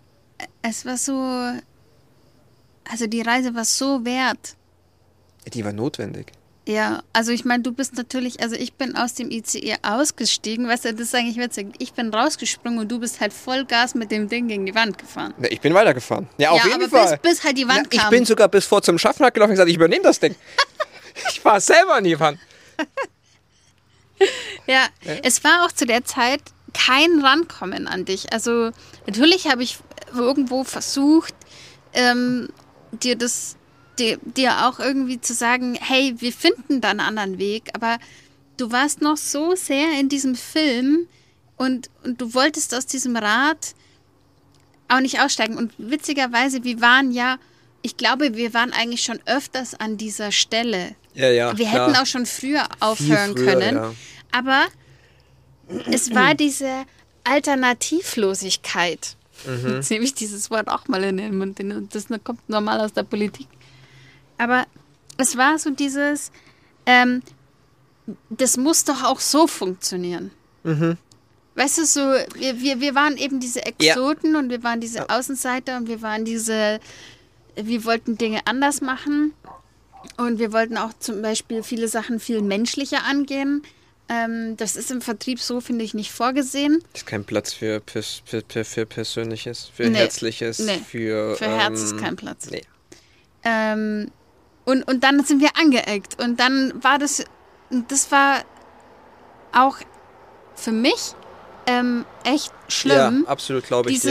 Also die Reise war so wert. Die war notwendig. Ja, also ich meine, du bist natürlich, also ich bin aus dem ICE ausgestiegen, weißt du, das ist eigentlich witzig. Ich bin rausgesprungen und du bist halt voll Gas mit dem Ding gegen die Wand gefahren. Ja, ich bin weitergefahren. Ja, auf jeden aber Fall. Bis halt die Wand Ich kam. bin sogar bis vor zum Schaffner gelaufen und gesagt, ich übernehme das Ding. Ich fahre selber an die Wand. Ja, es war auch zu der Zeit kein Rankommen an dich. Also natürlich habe ich irgendwo versucht, dir auch irgendwie zu sagen, hey, wir finden da einen anderen Weg, aber du warst noch so sehr in diesem Film und du wolltest aus diesem Rad auch nicht aussteigen. Und witzigerweise, ich glaube, wir waren eigentlich schon öfters an dieser Stelle. Ja, wir klar. hätten auch schon früher aufhören können. Ja. Aber es war diese Alternativlosigkeit. Jetzt nehme ich dieses Wort auch mal in den Mund. Das kommt normal aus der Politik. Aber es war so dieses, das muss doch auch so funktionieren. Weißt du, so, wir waren eben diese Exoten und wir waren diese Außenseiter und wir wollten Dinge anders machen und wir wollten auch zum Beispiel viele Sachen viel menschlicher angehen. Das ist im Vertrieb so, finde ich, nicht vorgesehen. Ist kein Platz für Persönliches, für Herzliches, für Herz ist kein Platz. Nee. Und dann sind wir angeeckt und dann war das war auch für mich echt schlimm. Ja, absolut, glaube ich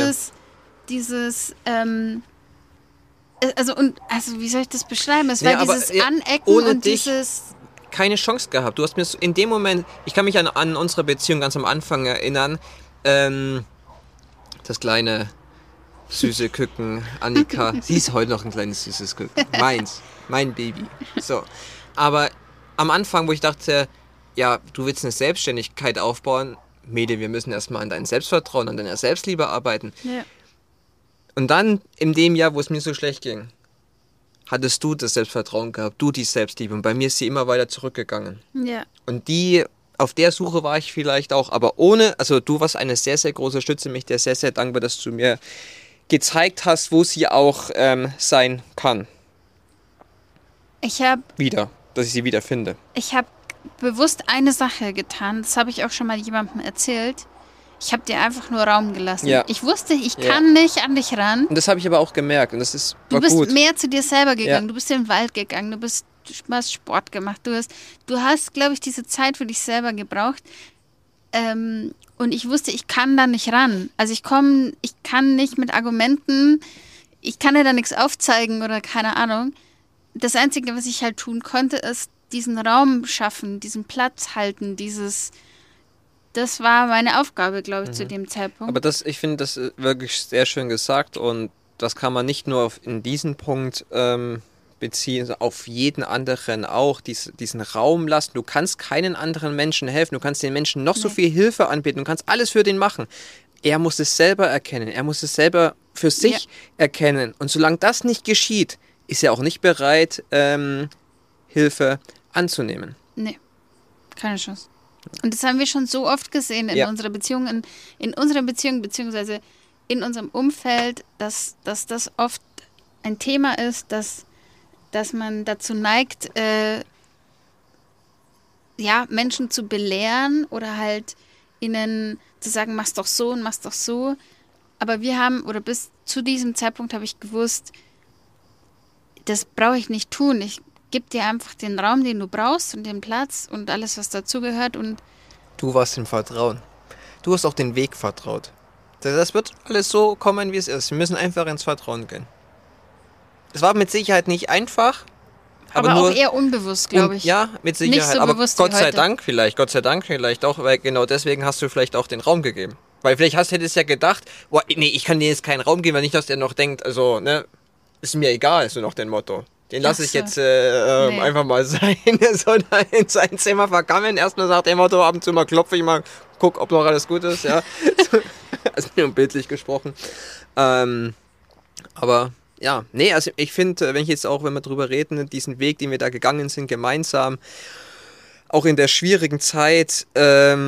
also wie soll ich das beschreiben? Es war dieses Anecken ohne und dich dieses... keine Chance gehabt. Du hast mir in dem Moment, ich kann mich an unsere Beziehung ganz am Anfang erinnern, das kleine süße Küken, Annika, sie ist heute noch ein kleines süßes Küken, mein Baby. So, aber am Anfang, wo ich dachte, ja, du willst eine Selbstständigkeit aufbauen, Mädel, wir müssen erstmal an deinem Selbstvertrauen, an deiner Selbstliebe arbeiten. Ja. Und dann in dem Jahr, wo es mir so schlecht ging, hattest du das Selbstvertrauen gehabt, du die Selbstliebe. Und bei mir ist sie immer weiter zurückgegangen. Ja. Und auf der Suche war ich vielleicht auch. Aber also du warst eine sehr, sehr große Stütze. Mich dir sehr, sehr dankbar, dass du mir gezeigt hast, wo sie auch sein kann. Dass ich sie wieder finde. Ich habe bewusst eine Sache getan. Das habe ich auch schon mal jemandem erzählt. Ich habe dir einfach nur Raum gelassen. Ja. Ich wusste, ich kann nicht an dich ran. Und das habe ich aber auch gemerkt. Und das ist Du bist gut. mehr zu dir selber gegangen. Ja. Du bist in den Wald gegangen. Du hast Sport gemacht. Du hast, glaube ich, diese Zeit für dich selber gebraucht. Und ich wusste, ich kann da nicht ran. Also ich kann nicht mit Argumenten, ich kann dir da nichts aufzeigen oder keine Ahnung. Das Einzige, was ich halt tun konnte, ist diesen Raum schaffen, diesen Platz halten, das war meine Aufgabe, glaube ich, zu dem Zeitpunkt. Aber ich finde das wirklich sehr schön gesagt und das kann man nicht nur in diesen Punkt beziehen, sondern auf jeden anderen auch, diesen Raum lassen. Du kannst keinen anderen Menschen helfen, du kannst den Menschen noch so viel Hilfe anbieten, du kannst alles für den machen. Er muss es selber erkennen, er muss es selber für sich erkennen. Und solange das nicht geschieht, ist er auch nicht bereit, Hilfe anzunehmen. Nee, keine Chance. Und das haben wir schon so oft gesehen in unserer Beziehung, in unserer Beziehung, beziehungsweise in unserem Umfeld, dass das oft ein Thema ist, dass man dazu neigt, Menschen zu belehren oder halt ihnen zu sagen, mach's doch so und mach's doch so. Aber bis zu diesem Zeitpunkt habe ich gewusst, das brauche ich nicht tun. Ich gebe dir einfach den Raum, den du brauchst und den Platz und alles, was dazugehört. Und du warst im Vertrauen. Du hast auch den Weg vertraut. Das wird alles so kommen, wie es ist. Wir müssen einfach ins Vertrauen gehen. Es war mit Sicherheit nicht einfach. Aber auch eher unbewusst, glaube ich. Ja, mit Sicherheit. Nicht so aber bewusst Gott wie sei heute. Dank vielleicht auch, weil genau deswegen hast du vielleicht auch den Raum gegeben. Weil vielleicht hättest du ja gedacht, boah, nee, ich kann dir jetzt keinen Raum geben, weil nicht, dass der noch denkt, also, ne, ist mir egal, so noch den Motto. Den lasse ich jetzt einfach mal sein. Er soll da in sein Zimmer vergammeln. Erstmal sagt der Motto, ab und zu mal klopfe ich mal, guck, ob noch alles gut ist. Ja. Also nur bildlich gesprochen. Aber ja, nee, also ich finde, wenn wir drüber reden, diesen Weg, den wir da gegangen sind, gemeinsam, auch in der schwierigen Zeit, das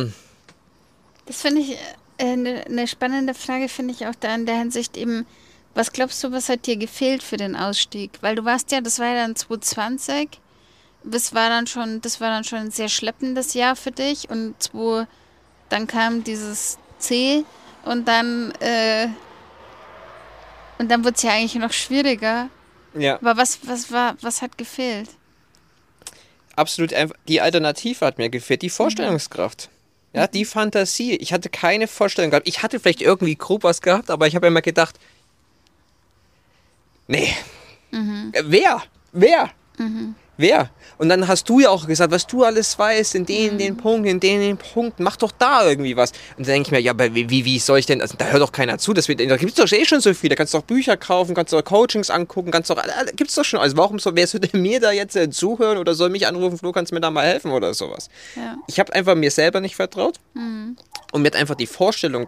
finde ich eine spannende Frage, finde ich auch da in der Hinsicht eben, Was glaubst du, was hat dir gefehlt für den Ausstieg? Weil du warst ja, das war ja dann 2020, das war dann schon ein sehr schleppendes Jahr für dich und dann kam dieses C und dann wurde es ja eigentlich noch schwieriger. Ja. Aber was hat gefehlt? Absolut einfach. Die Alternative hat mir gefehlt, die Vorstellungskraft. Ja, die Fantasie. Ich hatte keine Vorstellung gehabt. Ich hatte vielleicht irgendwie grob was gehabt, aber ich habe immer gedacht, nee. Wer? Wer? Und dann hast du ja auch gesagt, was du alles weißt, in den Punkt, mach doch da irgendwie was. Und dann denke ich mir, ja, aber wie soll ich denn, also, da hört doch keiner zu, da gibt es doch eh schon so viel, da kannst du doch Bücher kaufen, kannst du doch Coachings angucken, gibt's doch schon, also warum wer soll denn mir da jetzt zuhören oder soll mich anrufen, Flo, kannst du mir da mal helfen oder sowas. Ja. Ich habe einfach mir selber nicht vertraut und mir hat einfach die Vorstellung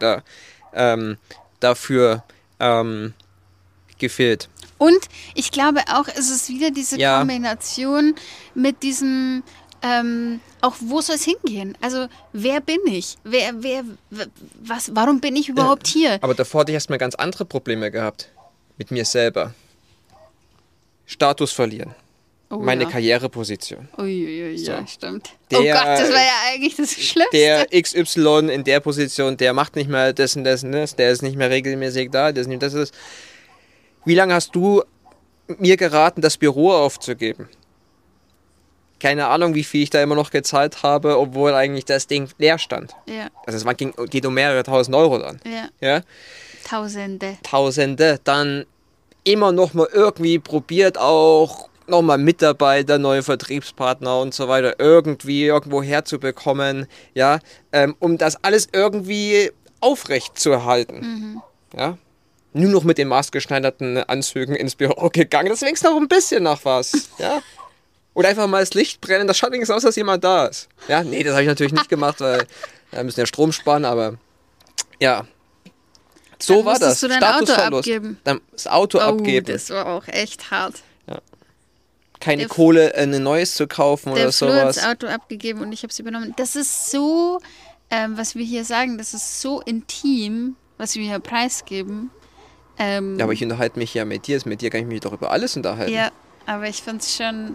dafür gefehlt. Und ich glaube auch, es ist wieder diese Kombination mit diesem, auch wo soll es hingehen? Also, wer bin ich? Warum bin ich überhaupt hier? Aber davor hatte ich erstmal ganz andere Probleme gehabt. Mit mir selber. Status verlieren. Meine Karriereposition. Uiuiui, so. Ja, stimmt. Oh Gott, das war ja eigentlich das Schlimmste. Der XY in der Position, der macht nicht mehr das und das, der ist nicht mehr regelmäßig da, das ist. Wie lange hast du mir geraten, das Büro aufzugeben? Keine Ahnung, wie viel ich da immer noch gezahlt habe, obwohl eigentlich das Ding leer stand. Ja. Also es geht um mehrere tausend Euro dann. Ja. Tausende. Dann immer noch mal irgendwie probiert, auch nochmal Mitarbeiter, neue Vertriebspartner und so weiter irgendwo herzubekommen, ja, um das alles irgendwie aufrecht zu halten. Ja. Nur noch mit den maßgeschneiderten Anzügen ins Büro gegangen. Das wenigstens noch ein bisschen nach was. Ja? Oder einfach mal das Licht brennen. Das schaut wenigstens aus, dass jemand da ist. Ja, nee, das habe ich natürlich nicht gemacht, weil wir müssen ja Strom sparen, aber ja. So dann war das. Du dein Auto abgeben. Dann das Auto abgeben. Das war auch echt hart. Ja. Keine Kohle, ein neues zu kaufen oder sowas. Der Flo hat das Auto abgegeben und ich habe es übernommen. Das ist so, was wir hier sagen, das ist so intim, was wir hier preisgeben. Ja, aber ich unterhalte mich ja mit dir. Mit dir kann ich mich doch über alles unterhalten. Ja, aber ich finde es schon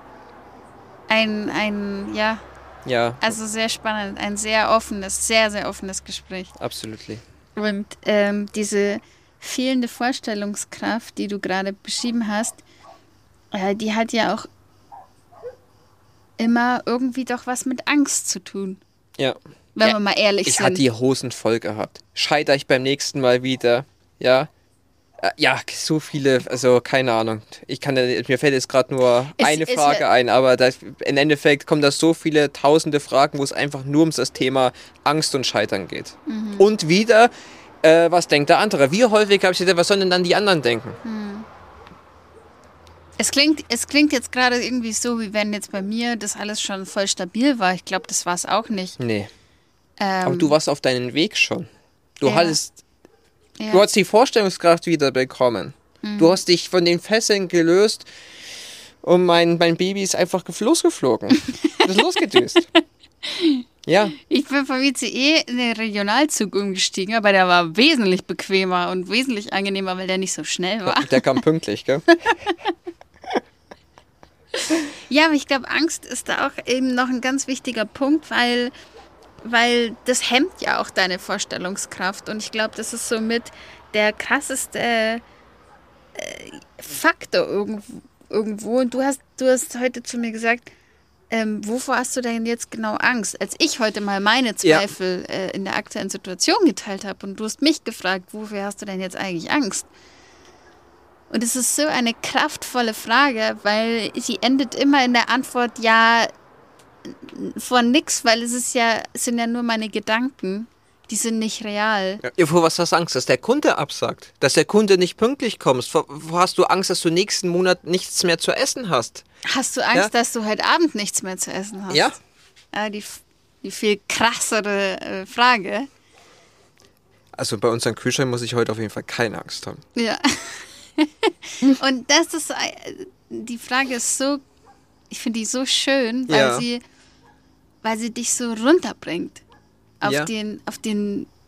also sehr spannend. Ein sehr offenes, sehr, sehr offenes Gespräch. Absolut. Und diese fehlende Vorstellungskraft, die du gerade beschrieben hast, die hat ja auch immer irgendwie doch was mit Angst zu tun. Ja. Wenn wir mal ehrlich sind. Ich hatte die Hosen voll gehabt. Scheitere ich beim nächsten Mal wieder, ja. Ja, so viele, also keine Ahnung. Mir fällt jetzt gerade nur eine Frage ein, aber im Endeffekt kommen da so viele tausende Fragen, wo es einfach nur um das Thema Angst und Scheitern geht. Und wieder, was denkt der andere? Wie häufig habe ich gesagt, was sollen denn dann die anderen denken? Es klingt jetzt gerade irgendwie so, wie wenn jetzt bei mir das alles schon voll stabil war. Ich glaube, das war es auch nicht. Nee. Aber du warst auf deinem Weg schon. Du hast die Vorstellungskraft wieder bekommen. Du hast dich von den Fesseln gelöst und mein Baby ist einfach losgeflogen. Das ist losgedüst. Ja. Ich bin vom ICE in den Regionalzug umgestiegen, aber der war wesentlich bequemer und wesentlich angenehmer, weil der nicht so schnell war. Der kam pünktlich, gell? Ja, aber ich glaube, Angst ist da auch eben noch ein ganz wichtiger Punkt, weil das hemmt ja auch deine Vorstellungskraft. Und ich glaube, das ist somit der krasseste Faktor irgendwo. Und du hast heute zu mir gesagt, wovor hast du denn jetzt genau Angst? Als ich heute mal meine Zweifel in der aktuellen Situation geteilt habe und du hast mich gefragt, wofür hast du denn jetzt eigentlich Angst? Und es ist so eine kraftvolle Frage, weil sie endet immer in der Antwort, ja, von nix, weil es sind ja nur meine Gedanken, die sind nicht real. Ja, vor was hast du Angst? Dass der Kunde absagt? Dass der Kunde nicht pünktlich kommt? Vor hast du Angst, dass du nächsten Monat nichts mehr zu essen hast? Hast du Angst, dass du heute Abend nichts mehr zu essen hast? Ja. Die viel krassere Frage. Also bei unserem Kühlschrank muss ich heute auf jeden Fall keine Angst haben. Ja. Und das ist, die Frage ist so, ich finde die so schön, weil sie dich so runterbringt auf den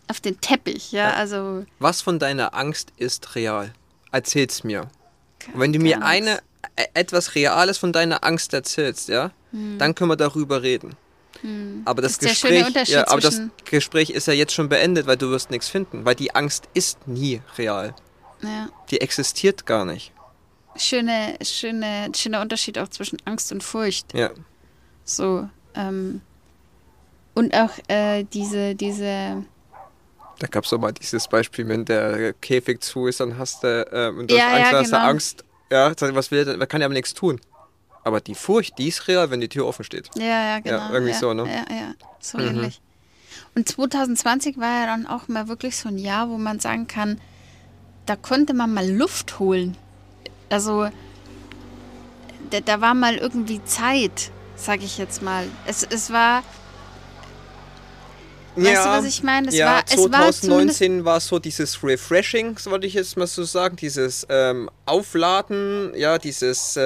auf den Teppich, ja, also... Was von deiner Angst ist real? Erzähl's mir. Und wenn du mir etwas Reales von deiner Angst erzählst, ja, dann können wir darüber reden. Aber das Gespräch ist ja jetzt schon beendet, weil du wirst nichts finden, weil die Angst ist nie real. Ja. Die existiert gar nicht. Schöner Unterschied auch zwischen Angst und Furcht. Ja. So, und auch diese Da gab es doch mal dieses Beispiel, wenn der Käfig zu ist, dann hast du und du hast Angst, was will der, man kann ja aber nichts tun. Aber die Furcht, die ist real, wenn die Tür offen steht. Ja, genau. Ja, irgendwie so, ne? Ja, so ähnlich. Und 2020 war ja dann auch mal wirklich so ein Jahr, wo man sagen kann, da konnte man mal Luft holen. Also, da war mal irgendwie Zeit, sag ich jetzt mal. Es war... Weißt du, was ich meine? 2019 war so dieses Refreshing, so wollte ich jetzt mal so sagen, dieses Aufladen, ja, dieses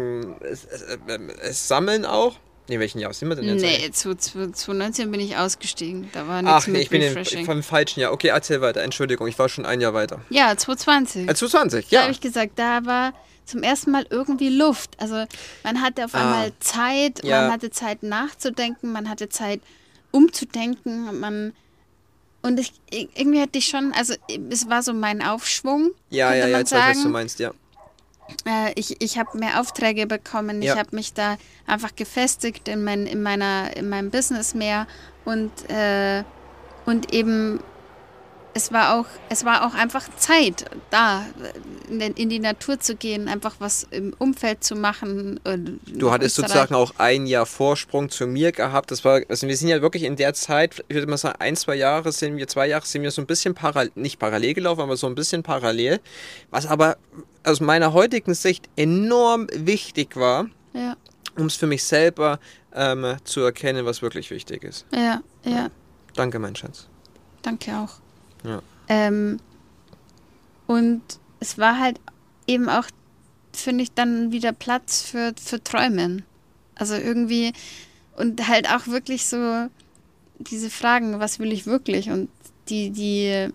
Sammeln auch. In welchem Jahr sind wir denn jetzt? Nee, 2019 bin ich ausgestiegen, da war nichts mit Refreshing. Ich bin im falschen Jahr. Okay, erzähl weiter, Entschuldigung, ich war schon ein Jahr weiter. Ja, 2020. 2020, ja. Da habe ich gesagt, da war zum ersten Mal irgendwie Luft. Also man hatte auf einmal Zeit, man hatte Zeit nachzudenken, man hatte Zeit umzudenken, irgendwie hatte ich schon, also es war so mein Aufschwung. Ja, jetzt weiß ich, was du meinst, ja. Ich habe mehr Aufträge bekommen, ich habe mich da einfach gefestigt in meinem Business mehr und eben es war auch einfach Zeit, da in die Natur zu gehen, einfach was im Umfeld zu machen. Du hattest sozusagen auch ein Jahr Vorsprung zu mir gehabt. Das war, also wir sind ja wirklich in der Zeit, ich würde mal sagen, 2 Jahre sind wir so ein bisschen nicht parallel gelaufen, aber so ein bisschen parallel. Was aber aus meiner heutigen Sicht enorm wichtig war, um es für mich selber zu erkennen, was wirklich wichtig ist. Ja. Danke, mein Schatz. Danke auch. Ja. Und es war halt eben auch, finde ich, dann wieder Platz für Träumen. Also irgendwie, und halt auch wirklich so diese Fragen, was will ich wirklich? Und die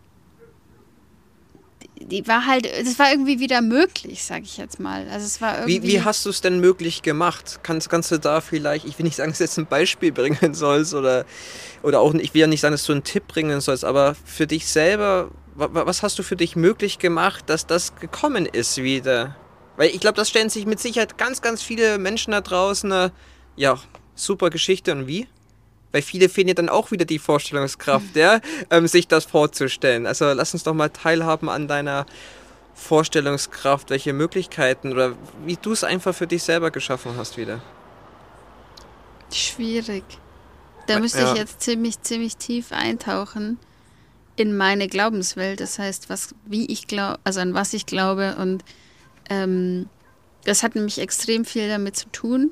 war halt, das war irgendwie wieder möglich, sag ich jetzt mal. Also es war irgendwie... Wie hast du es denn möglich gemacht? Kannst du da vielleicht, ich will nicht sagen, dass du jetzt ein Beispiel bringen sollst oder auch, ich will ja nicht sagen, dass du einen Tipp bringen sollst, aber für dich selber, was hast du für dich möglich gemacht, dass das gekommen ist wieder? Weil ich glaube, das stellen sich mit Sicherheit ganz, ganz viele Menschen da draußen, super Geschichte und wie? Weil viele fehlen ja dann auch wieder die Vorstellungskraft, sich das vorzustellen. Also lass uns doch mal teilhaben an deiner Vorstellungskraft, welche Möglichkeiten oder wie du es einfach für dich selber geschaffen hast wieder. Schwierig. Da müsste ich jetzt ziemlich, ziemlich tief eintauchen in meine Glaubenswelt. Das heißt, an was ich glaube. Und das hat nämlich extrem viel damit zu tun.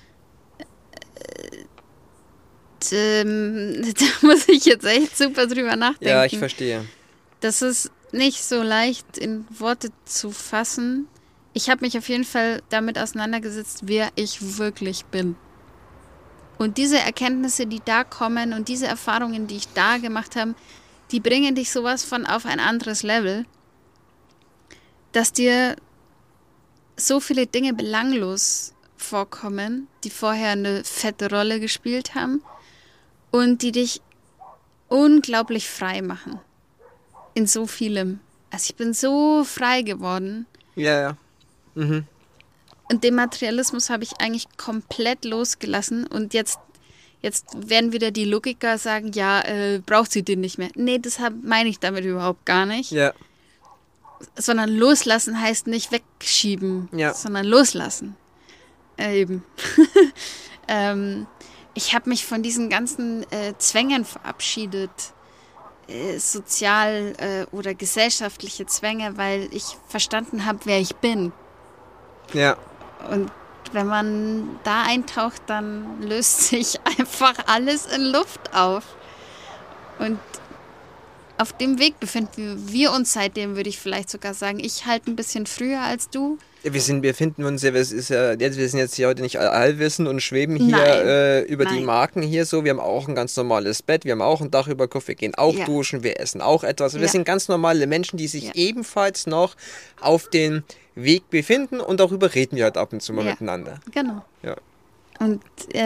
Da muss ich jetzt echt super drüber nachdenken. Ja, ich verstehe. Das ist nicht so leicht in Worte zu fassen. Ich habe mich auf jeden Fall damit auseinandergesetzt, wer ich wirklich bin. Und diese Erkenntnisse, die da kommen und diese Erfahrungen, die ich da gemacht habe, die bringen dich sowas von auf ein anderes Level, dass dir so viele Dinge belanglos vorkommen, die vorher eine fette Rolle gespielt haben und die dich unglaublich frei machen. In so vielem. Also ich bin so frei geworden. Ja. Mhm. Und den Materialismus habe ich eigentlich komplett losgelassen. Und jetzt werden wieder die Logiker sagen, braucht sie den nicht mehr. Nee, das meine ich damit überhaupt gar nicht. Ja. Sondern loslassen heißt nicht wegschieben, sondern loslassen. Eben. Ich habe mich von diesen ganzen Zwängen verabschiedet. Sozial oder gesellschaftliche Zwänge, weil ich verstanden habe, wer ich bin. Ja. Und wenn man da eintaucht, dann löst sich einfach alles in Luft auf. Und auf dem Weg befinden wir uns seitdem, würde ich vielleicht sogar sagen. Ich halt ein bisschen früher als du. Ja, wir finden uns ja, wir sind jetzt hier heute nicht allwissend und schweben hier über die Marken hier so. Wir haben auch ein ganz normales Bett, wir haben auch ein Dach über Kopf, wir gehen auch duschen, wir essen auch etwas. Wir sind ganz normale Menschen, die sich ebenfalls noch auf den Weg befinden und darüber reden wir halt ab und zu mal miteinander. Genau. Ja. Und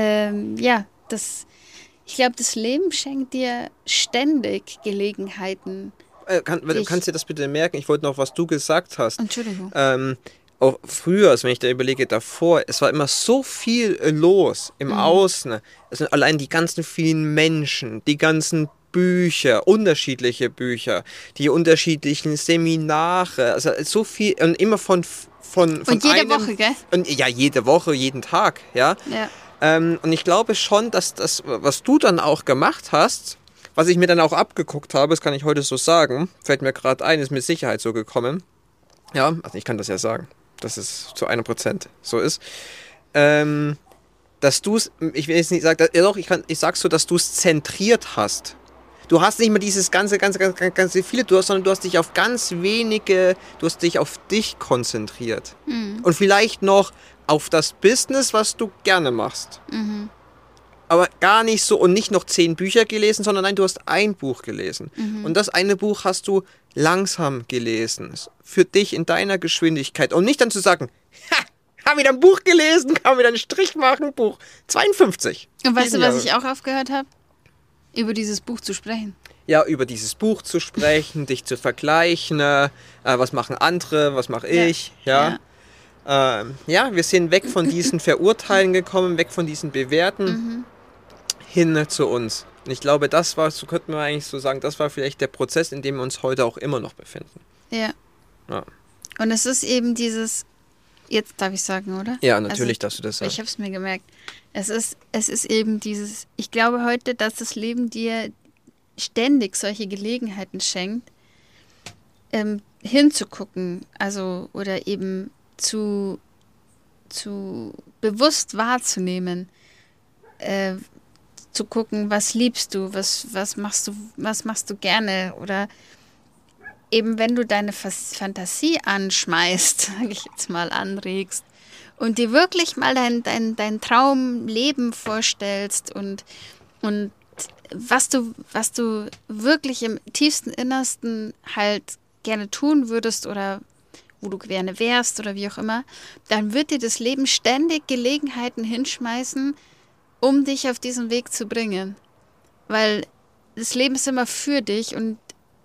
ich glaube, das Leben schenkt dir ständig Gelegenheiten. Kannst du das bitte merken? Ich wollte noch, was du gesagt hast. Entschuldigung. Auch früher, also wenn ich da überlege, davor, es war immer so viel los im Außen. Also allein die ganzen vielen Menschen, die ganzen Bücher, unterschiedliche Bücher, die unterschiedlichen Seminare, also so viel und immer von und jede Woche, gell? Und ja, jede Woche, jeden Tag, ja. Und ich glaube schon, dass das, was du dann auch gemacht hast, was ich mir dann auch abgeguckt habe, das kann ich heute so sagen, fällt mir gerade ein, ist mit Sicherheit so gekommen. Ja, also ich kann das ja sagen, dass es zu 1% so ist. Dass du es, ich will jetzt nicht sagen, doch, ich sag's so, dass du es zentriert hast. Du hast nicht mehr dieses ganz viele, sondern du hast dich auf ganz wenige, du hast dich auf dich konzentriert. Und vielleicht noch auf das Business, was du gerne machst. Aber gar nicht so und nicht noch 10 Bücher gelesen, sondern nein, du hast ein Buch gelesen. Und das eine Buch hast du langsam gelesen. Für dich in deiner Geschwindigkeit. Und nicht dann zu sagen, habe wieder ein Buch gelesen, kann wieder einen Strich machen, Buch 52. Und weißt du, was ich auch aufgehört habe? Über dieses Buch zu sprechen. Ja, über dieses Buch zu sprechen, dich zu vergleichen, was machen andere, was mache ich, ja, wir sind weg von diesen Verurteilen gekommen, weg von diesen Bewerten, hin zu uns. Und ich glaube, das war, so könnte man eigentlich so sagen, das war vielleicht der Prozess, in dem wir uns heute auch immer noch befinden. Ja. Und es ist eben dieses, jetzt darf ich sagen, oder? Ja, natürlich darfst du das sagen. Ich habe es mir gemerkt. Es ist eben dieses, ich glaube heute, dass das Leben dir ständig solche Gelegenheiten schenkt, hinzugucken, also oder eben zu bewusst wahrzunehmen, zu gucken, was liebst du, was machst du gerne, oder eben wenn du deine Fantasie anschmeißt, sage ich jetzt mal, anregst und dir wirklich mal dein Traumleben vorstellst und was du wirklich im tiefsten Innersten halt gerne tun würdest oder wo du gerne wärst oder wie auch immer, dann wird dir das Leben ständig Gelegenheiten hinschmeißen, um dich auf diesen Weg zu bringen. Weil das Leben ist immer für dich und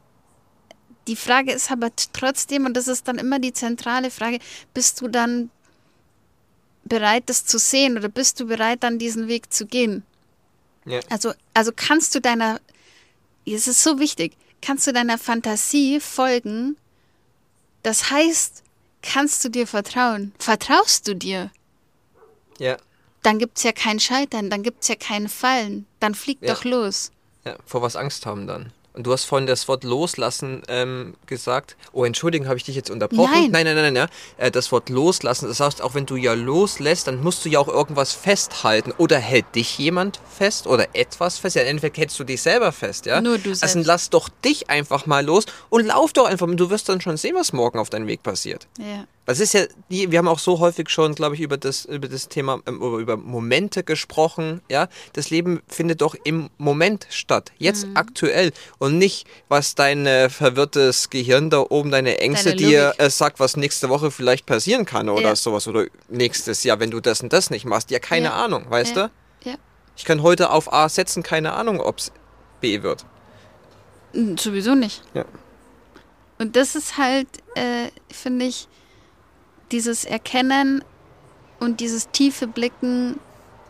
die Frage ist aber trotzdem, und das ist dann immer die zentrale Frage, bist du dann bereit, das zu sehen oder bist du bereit, dann diesen Weg zu gehen? Ja. Also kannst du es ist so wichtig, kannst du deiner Fantasie folgen? Das heißt, kannst du dir vertrauen? Vertraust du dir? Ja. Dann gibt es ja kein Scheitern, dann gibt es ja kein Fallen. Dann flieg doch los. Ja, vor was Angst haben dann. Und du hast vorhin das Wort loslassen gesagt. Oh, Entschuldigung, habe ich dich jetzt unterbrochen? Nein. Ja. Das Wort loslassen, das heißt, auch wenn du ja loslässt, dann musst du ja auch irgendwas festhalten. Oder hält dich jemand fest oder etwas fest? Ja, im Endeffekt hältst du dich selber fest, ja? Nur du selbst. Also lass doch dich einfach mal los und lauf doch einfach. Und du wirst dann schon sehen, was morgen auf deinem Weg passiert. Ja. Das ist ja, wir haben auch so häufig schon, glaube ich, über das Thema, über Momente gesprochen, ja. Das Leben findet doch im Moment statt, jetzt aktuell und nicht, was dein verwirrtes Gehirn da oben, deine Ängste dir sagt, was nächste Woche vielleicht passieren kann oder sowas oder nächstes Jahr, wenn du das und das nicht machst. Ja, keine Ahnung, weißt du? Ja. Ich kann heute auf A setzen, keine Ahnung, ob es B wird. Sowieso nicht. Ja. Und das ist halt, finde ich, dieses Erkennen und dieses tiefe Blicken,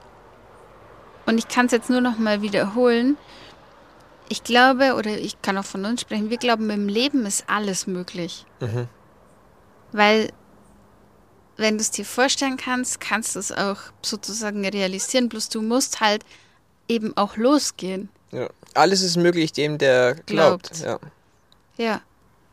und ich kann es jetzt nur noch mal wiederholen, ich glaube, oder ich kann auch von uns sprechen, wir glauben, im Leben ist alles möglich. Weil, wenn du es dir vorstellen kannst, kannst du es auch sozusagen realisieren, bloß du musst halt eben auch losgehen. Ja. Alles ist möglich dem, der glaubt. Ja.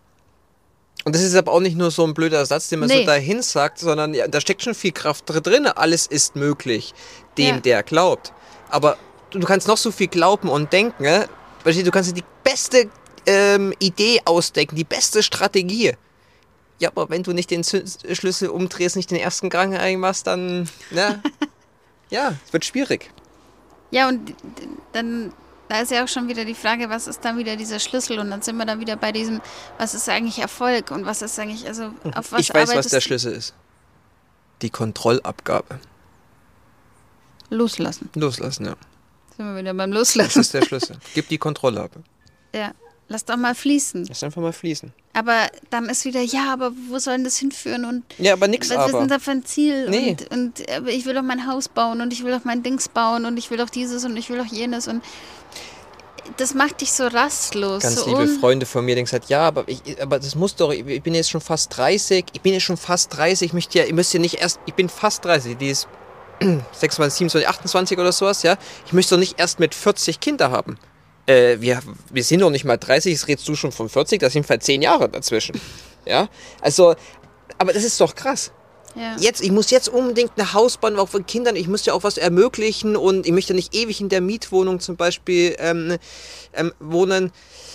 Und das ist aber auch nicht nur so ein blöder Satz, den man so dahin sagt, sondern da steckt schon viel Kraft drin. Alles ist möglich, dem, der glaubt. Aber du kannst noch so viel glauben und denken, du kannst die beste Idee ausdenken, die beste Strategie. Ja, aber wenn du nicht den Schlüssel umdrehst, nicht den ersten Gang einmachst, dann, ne? Ja, es wird schwierig. Ja, und dann, da ist ja auch schon wieder die Frage, was ist dann wieder dieser Schlüssel? Und dann sind wir dann wieder bei diesem, was ist eigentlich Erfolg und was ist eigentlich, also auf was Ich weiß, was arbeitest der Schlüssel ist. Die Kontrollabgabe. Loslassen. Loslassen, ja. Sind wir wieder beim Das Loslassen. ist der Schlüssel. Gib die Kontrolle ab. Ja, lass doch mal fließen. Lass einfach mal fließen. Aber dann ist wieder, ja, aber wo soll denn das hinführen? Und Ja, aber nix was ist aber. denn da für ein Ziel? Nee. Und aber ich will doch mein Haus bauen und ich will doch mein Dings bauen und ich will doch dieses und ich will doch jenes. Und das macht dich so rastlos. Ganz so liebe Freunde von mir, die gesagt, ja, aber das muss doch, ich bin jetzt schon fast 30, ich müsst ja nicht erst, ich bin fast 30, die ist 26, 27, 28 oder sowas, ja, ich möchte doch nicht erst mit 40 Kinder haben. Wir sind noch nicht mal 30, jetzt redest du schon von 40, da sind vielleicht 10 Jahre dazwischen. Ja, also, aber das ist doch krass. Ja. Ich muss jetzt unbedingt ein Haus bauen, auch von Kindern. Ich muss ja auch was ermöglichen und ich möchte nicht ewig in der Mietwohnung zum Beispiel wohnen.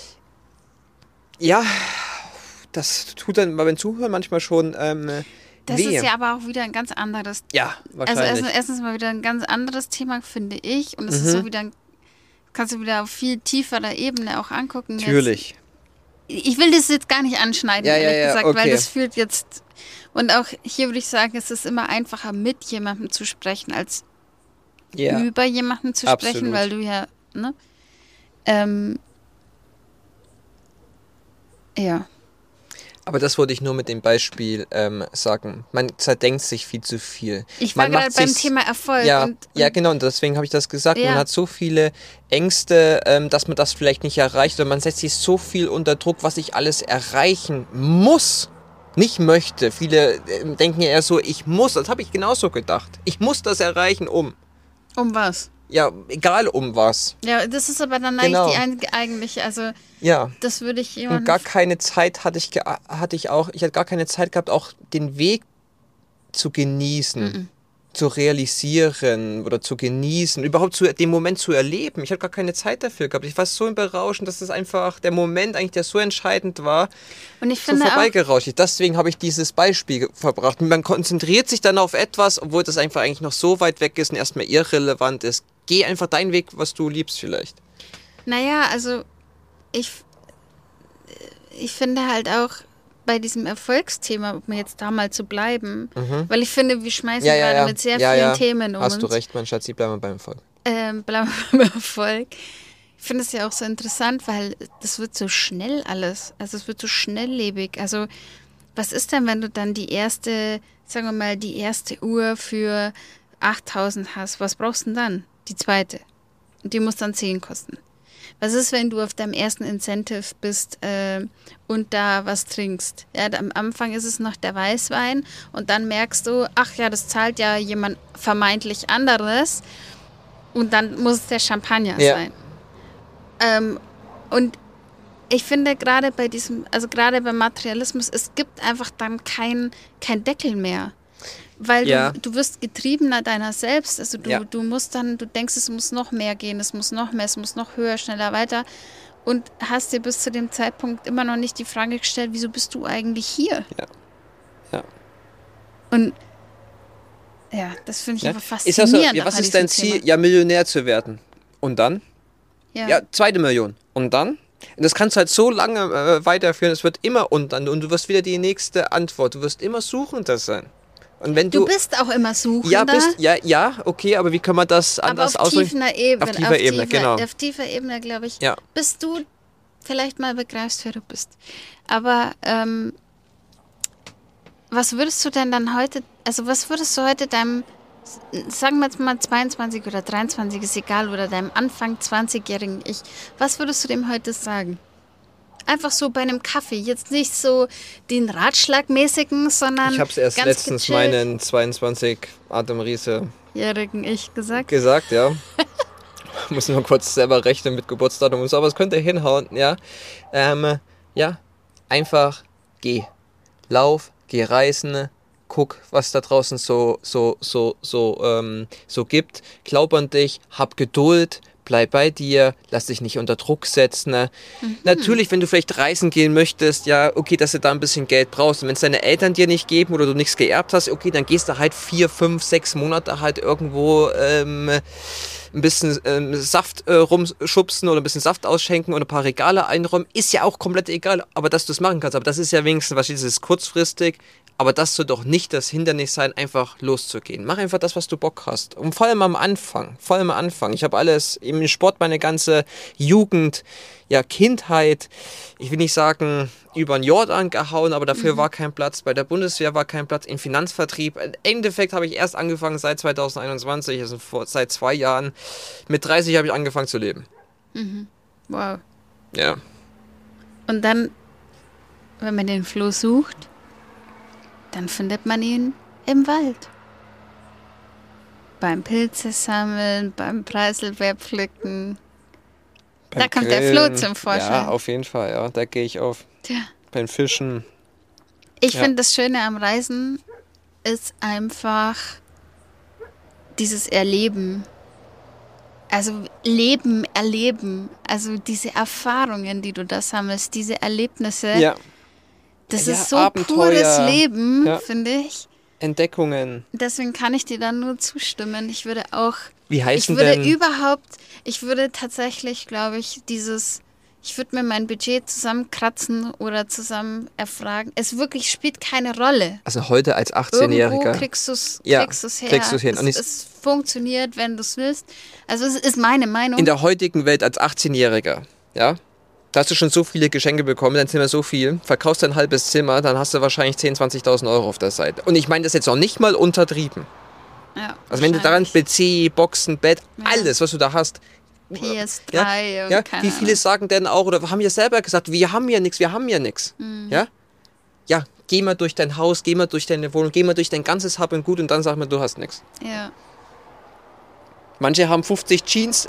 Ja, das tut dann beim Zuhören manchmal schon Das weh. ist ja aber auch wieder ein ganz anderes. Ja, Also wahrscheinlich. erstens mal wieder ein ganz anderes Thema, finde ich. Und es ist so wieder, kannst du wieder auf viel tieferer Ebene auch angucken. Natürlich. Ich will das jetzt gar nicht anschneiden, Ja, ehrlich ja, gesagt, okay. weil das führt jetzt. Und auch hier würde ich sagen, es ist immer einfacher, mit jemandem zu sprechen, als Ja. über jemanden zu Absolut. sprechen, weil du ja, ne? Ja. Aber das wollte ich nur mit dem Beispiel sagen. Man zerdenkt sich viel zu viel. Ich war Man gerade macht beim sich's- Thema Erfolg. Ja, und ja, genau, und deswegen habe ich das gesagt. Ja. Man hat so viele Ängste, dass man das vielleicht nicht erreicht. Und man setzt sich so viel unter Druck, was ich alles erreichen muss, nicht möchte. Viele denken ja eher so, ich muss, das habe ich genauso gedacht. Ich muss das erreichen, um. Um was? Ja, egal um was. Ja, das ist aber dann Genau. eigentlich die eigentliche, also Ja. das würde ich Und jemandem... gar keine Zeit hatte ich hatte gar keine Zeit gehabt, auch den Weg zu genießen, zu realisieren oder zu genießen, überhaupt den Moment zu erleben. Ich hatte gar keine Zeit dafür gehabt. Ich war so berauschend, dass das einfach der Moment eigentlich, der so entscheidend war, Und ich so finde auch, vorbeigerauscht ist. Deswegen habe ich dieses Beispiel verbracht. Man konzentriert sich dann auf etwas, obwohl das einfach eigentlich noch so weit weg ist und erstmal irrelevant ist. Geh einfach deinen Weg, was du liebst vielleicht. naja, also ich finde halt auch bei diesem Erfolgsthema, um jetzt da mal zu bleiben, weil ich finde, wir schmeißen gerade mit sehr vielen Themen um Hast uns. du recht, mein Schatzi, bleib mal beim Volk. Bleiben wir beim Erfolg. Ich finde es ja auch so interessant, weil das wird so schnell alles. Also es wird so schnelllebig. Also was ist denn, wenn du dann die erste Uhr für 8.000 hast? Was brauchst du denn dann? Die zweite. Und die muss dann 10 kosten. Was ist, wenn du auf deinem ersten Incentive bist und da was trinkst? Ja, am Anfang ist es noch der Weißwein und dann merkst du, ach ja, das zahlt ja jemand vermeintlich anderes und dann muss es der Champagner Ja. sein. Und ich finde gerade bei gerade beim Materialismus, es gibt einfach dann kein Deckel mehr. Weil Ja. du wirst getriebener deiner selbst. Also Ja. du musst dann, du denkst, es muss noch mehr gehen, es muss noch mehr, es muss noch höher, schneller, weiter. Und hast dir bis zu dem Zeitpunkt immer noch nicht die Frage gestellt, wieso bist du eigentlich hier? Ja. Ja. Und ja, das finde ich Ja. einfach Ist das so, faszinierend. ja, was auch an ist dein diesem Ziel? Thema. Ja, Millionär zu werden. Und dann? Ja. Ja, 2. Million. Und dann? Und das kannst du halt so lange weiterführen, es wird immer und dann. Und du wirst wieder die nächste Antwort. Du wirst immer suchender sein. Und wenn Du bist auch immer Suchender. ja, okay, aber wie kann man das aber anders auf ausdrücken? tiefer Ebene. Auf tiefer Ebene, genau. Auf tiefer Ebene, glaube ich, Ja. bis du vielleicht mal begreifst, wer du bist. Aber was würdest du denn dann heute, also was würdest du heute deinem, sagen wir jetzt mal 22 oder 23, ist egal, oder deinem Anfang 20-jährigen Ich, was würdest du dem heute sagen? Einfach so bei einem Kaffee, jetzt nicht so den Ratschlagmäßigen, sondern Ich habe es erst ganz letztens gechillt. meinen 22 Atemriese Jährigen Ich gesagt. gesagt, ja. Muss nur kurz selber rechnen mit Geburtsdatum und so, aber es könnte hinhauen, ja. Ja, einfach geh. Lauf, geh reisen, guck, was da draußen so gibt. Glaub an dich, hab Geduld, bleib bei dir, lass dich nicht unter Druck setzen. Ne? Natürlich, wenn du vielleicht reisen gehen möchtest, ja, okay, dass du da ein bisschen Geld brauchst. Und wenn es deine Eltern dir nicht geben oder du nichts geerbt hast, okay, dann gehst du halt 4, 5, 6 Monate halt irgendwo ein bisschen Saft rumschubsen oder ein bisschen Saft ausschenken und ein paar Regale einräumen, ist ja auch komplett egal, aber dass du es machen kannst. Aber das ist ja wenigstens, was ist kurzfristig, aber das soll doch nicht das Hindernis sein, einfach loszugehen. Mach einfach das, was du Bock hast. Und vor allem am Anfang, Ich habe alles im Sport meine ganze Jugend, ja, Kindheit, ich will nicht sagen, über den Jordan gehauen, aber dafür war kein Platz. Bei der Bundeswehr war kein Platz. Im Finanzvertrieb. Im Endeffekt habe ich erst angefangen seit 2021, also seit 2 Jahren. Mit 30 habe ich angefangen zu leben. Wow. Ja. Und dann, wenn man den Floh sucht, dann findet man ihn im Wald. Beim Pilze sammeln, beim Preiselbeer pflücken. Da kommt der Floh zum Vorschein. Ja, auf jeden Fall, ja. Da gehe ich auf. Tja. Beim Fischen. Ich finde, das Schöne am Reisen ist einfach dieses Erleben. Also Leben, Erleben. Also diese Erfahrungen, die du da sammelst, diese Erlebnisse. Ja. Das Ja, ist so Abenteuer. pures Leben, Ja. finde ich. Entdeckungen. Deswegen kann ich dir da nur zustimmen. Ich würde auch, Wie heißen ich würde tatsächlich, glaube ich, ich würde mir mein Budget zusammenkratzen oder zusammen erfragen. Es wirklich spielt keine Rolle. Also heute als Irgendwo 18-Jähriger. kriegst du es Ja, her. kriegst du's hin. Und Es funktioniert, wenn du es willst. Also es ist meine Meinung. In der heutigen Welt als 18-Jähriger, ja, da hast du schon so viele Geschenke bekommen, dein Zimmer so viel, verkaufst dein halbes Zimmer, dann hast du wahrscheinlich 10.000, 20.000 Euro auf der Seite. Und ich meine das jetzt noch nicht mal untertrieben. Ja, Also wenn du daran PC, Boxen, Bett, alles, was du da hast. PS3 Ja, und ja, keine wie viele Ahnung. sagen denn auch, oder haben ja selber gesagt, wir haben ja nichts. Ja? Ja, geh mal durch dein Haus, geh mal durch deine Wohnung, geh mal durch dein ganzes Hab und Gut und dann sag mal, du hast nichts. Ja. Manche haben 50 Jeans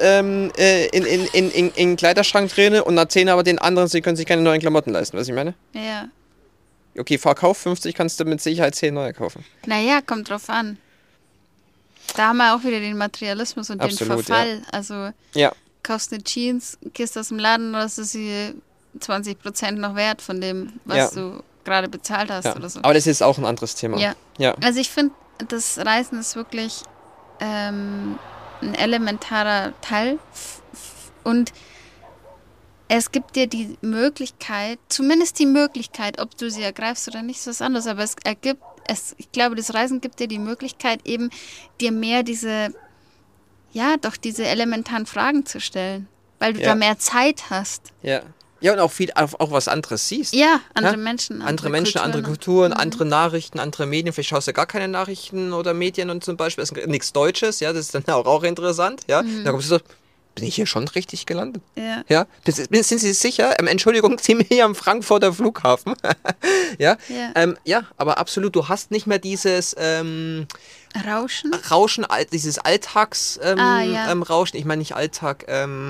in Kleiderschrank drin und erzählen aber den anderen, sie können sich keine neuen Klamotten leisten. Was ich meine? Ja. Okay, Verkauf 50 kannst du mit Sicherheit 10 neue kaufen. Naja, kommt drauf an. Da haben wir auch wieder den Materialismus und Absolut, den Verfall. Also Ja, kaufst eine Jeans, gehst aus dem Laden und das ist sie 20% noch wert von dem, was Ja. du gerade bezahlt hast ja. oder so. Aber das ist auch ein anderes Thema. Ja. Ja. Also ich finde, das Reisen ist wirklich ein elementarer Teil und es gibt dir die Möglichkeit, zumindest die Möglichkeit, ob du sie ergreifst oder nicht, ist was anderes, aber ich glaube, das Reisen gibt dir die Möglichkeit, eben dir mehr diese elementaren Fragen zu stellen, weil du Ja. da mehr Zeit hast. Ja. Ja, und auch was anderes siehst. Ja, andere Ja? Menschen. Andere Menschen, andere Kulturen, andere Nachrichten, andere Medien. Vielleicht schaust du gar keine Nachrichten oder Medien und zum Beispiel. Das ist nichts Deutsches, ja, das ist dann auch interessant. Ja? Dann kommst du so, bin ich hier schon richtig gelandet? Ja. Ja? Sind Sie sicher? Entschuldigung, sind wir hier am Frankfurter Flughafen? Ja? Ja. Aber absolut, du hast nicht mehr dieses Rauschen? Rauschen, dieses Alltags ja. Rauschen. Ich meine nicht Alltag,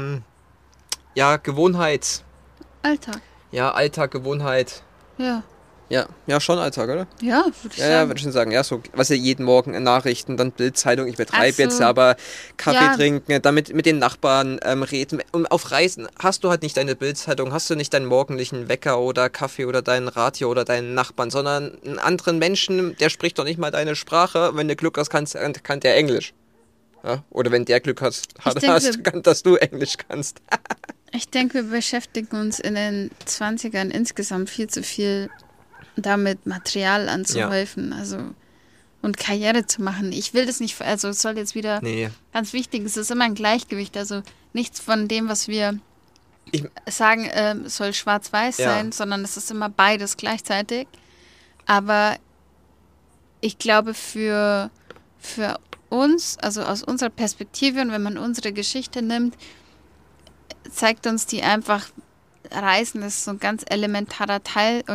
Gewohnheit. Alltag. Ja, Alltag, Gewohnheit. Ja. Ja, schon Alltag, oder? Ja, würde ich Ja, sagen. würde ich schon sagen. Ja, so, was ja jeden Morgen in Nachrichten, dann Bildzeitung, ich betreibe Ach so. jetzt aber Kaffee Ja. trinken, damit mit den Nachbarn reden. Und auf Reisen hast du halt nicht deine Bildzeitung, hast du nicht deinen morgendlichen Wecker oder Kaffee oder dein Radio oder deinen Nachbarn, sondern einen anderen Menschen, der spricht doch nicht mal deine Sprache. Wenn du Glück hast, kann der Englisch. Ja? Oder wenn der Glück hast, dass du Englisch kannst. Ich denke, wir beschäftigen uns in den 20ern insgesamt viel zu viel damit, Material anzuhäufen, also und Karriere zu machen. Ich will das nicht, also es soll jetzt wieder Nee. ganz wichtig, es ist immer ein Gleichgewicht, also nichts von dem, was wir sagen, soll schwarz-weiß Ja. sein, sondern es ist immer beides gleichzeitig. Aber ich glaube, für uns, also aus unserer Perspektive und wenn man unsere Geschichte nimmt, zeigt uns die einfach, Reisen ist so ein ganz elementarer Teil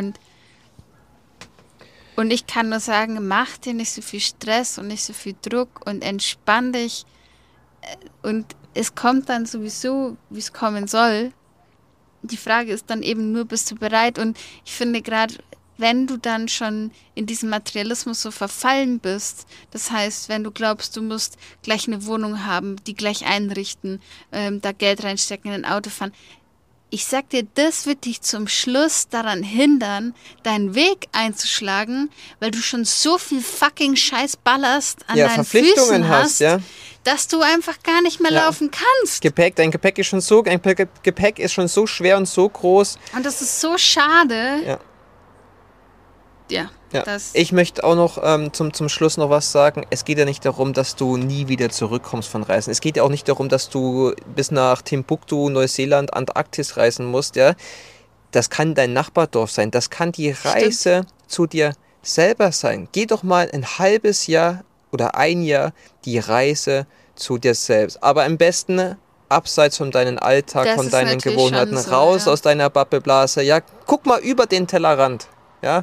und ich kann nur sagen, mach dir nicht so viel Stress und nicht so viel Druck und entspann dich und es kommt dann sowieso, wie es kommen soll. Die Frage ist dann eben nur, bist du bereit? Und ich finde gerade wenn du dann schon in diesem Materialismus so verfallen bist, das heißt, wenn du glaubst, du musst gleich eine Wohnung haben, die gleich einrichten, da Geld reinstecken, in ein Auto fahren, ich sag dir, das wird dich zum Schluss daran hindern, deinen Weg einzuschlagen, weil du schon so viel fucking Scheiß ballerst an deinen Verpflichtungen Füßen hast, ja. dass du einfach gar nicht mehr laufen kannst. Dein Gepäck ist schon so schwer und so groß. Und das ist so schade. Ja. Ja. Ja. Ich möchte auch noch zum Schluss noch was sagen. Es geht ja nicht darum, dass du nie wieder zurückkommst von Reisen. Es geht ja auch nicht darum, dass du bis nach Timbuktu, Neuseeland, Antarktis reisen musst. Ja? Das kann dein Nachbardorf sein. Das kann die Reise zu dir selber sein. Geh doch mal ein halbes Jahr oder ein Jahr die Reise zu dir selbst. Aber am besten abseits von deinem Alltag, das von deinen Gewohnheiten, so, raus aus deiner Bubbleblase. Ja? Guck mal über den Tellerrand. Ja?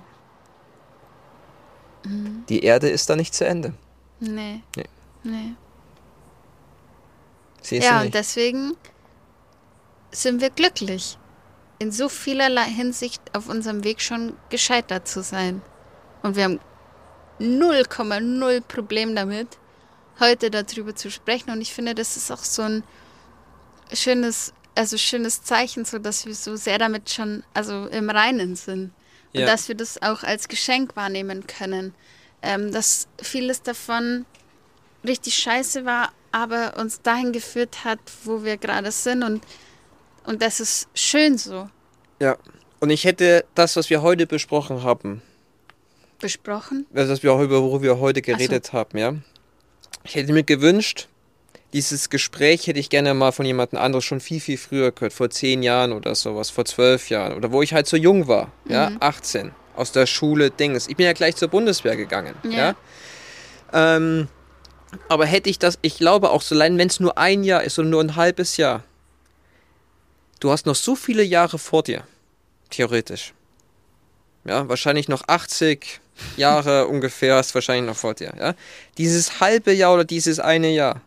Die Erde ist da nicht zu Ende. Nee. Sie ist Ja, nicht. Und deswegen sind wir glücklich, in so vielerlei Hinsicht auf unserem Weg schon gescheitert zu sein. Und wir haben 0,0 Problem damit, heute darüber zu sprechen. Und ich finde, das ist auch so ein schönes Zeichen, so dass wir so sehr damit schon im Reinen sind. Und dass wir das auch als Geschenk wahrnehmen können. Dass vieles davon richtig scheiße war, aber uns dahin geführt hat, wo wir gerade sind. Und das ist schön so. Ja, und ich hätte das, was wir heute besprochen haben. Besprochen? Also worüber wir heute geredet haben, ja. Ich hätte mir gewünscht, dieses Gespräch hätte ich gerne mal von jemandem anderes schon viel, viel früher gehört. Vor 10 Jahren oder sowas, vor 12 Jahren. Oder wo ich halt so jung war, ja, 18. Aus der Schule, Dings. Ich bin ja gleich zur Bundeswehr gegangen, ja. Aber hätte ich das, ich glaube auch, so allein wenn es nur ein Jahr ist oder nur ein halbes Jahr, du hast noch so viele Jahre vor dir, theoretisch. Ja, wahrscheinlich noch 80 Jahre ungefähr hast du wahrscheinlich noch vor dir, ja. Dieses halbe Jahr oder dieses eine Jahr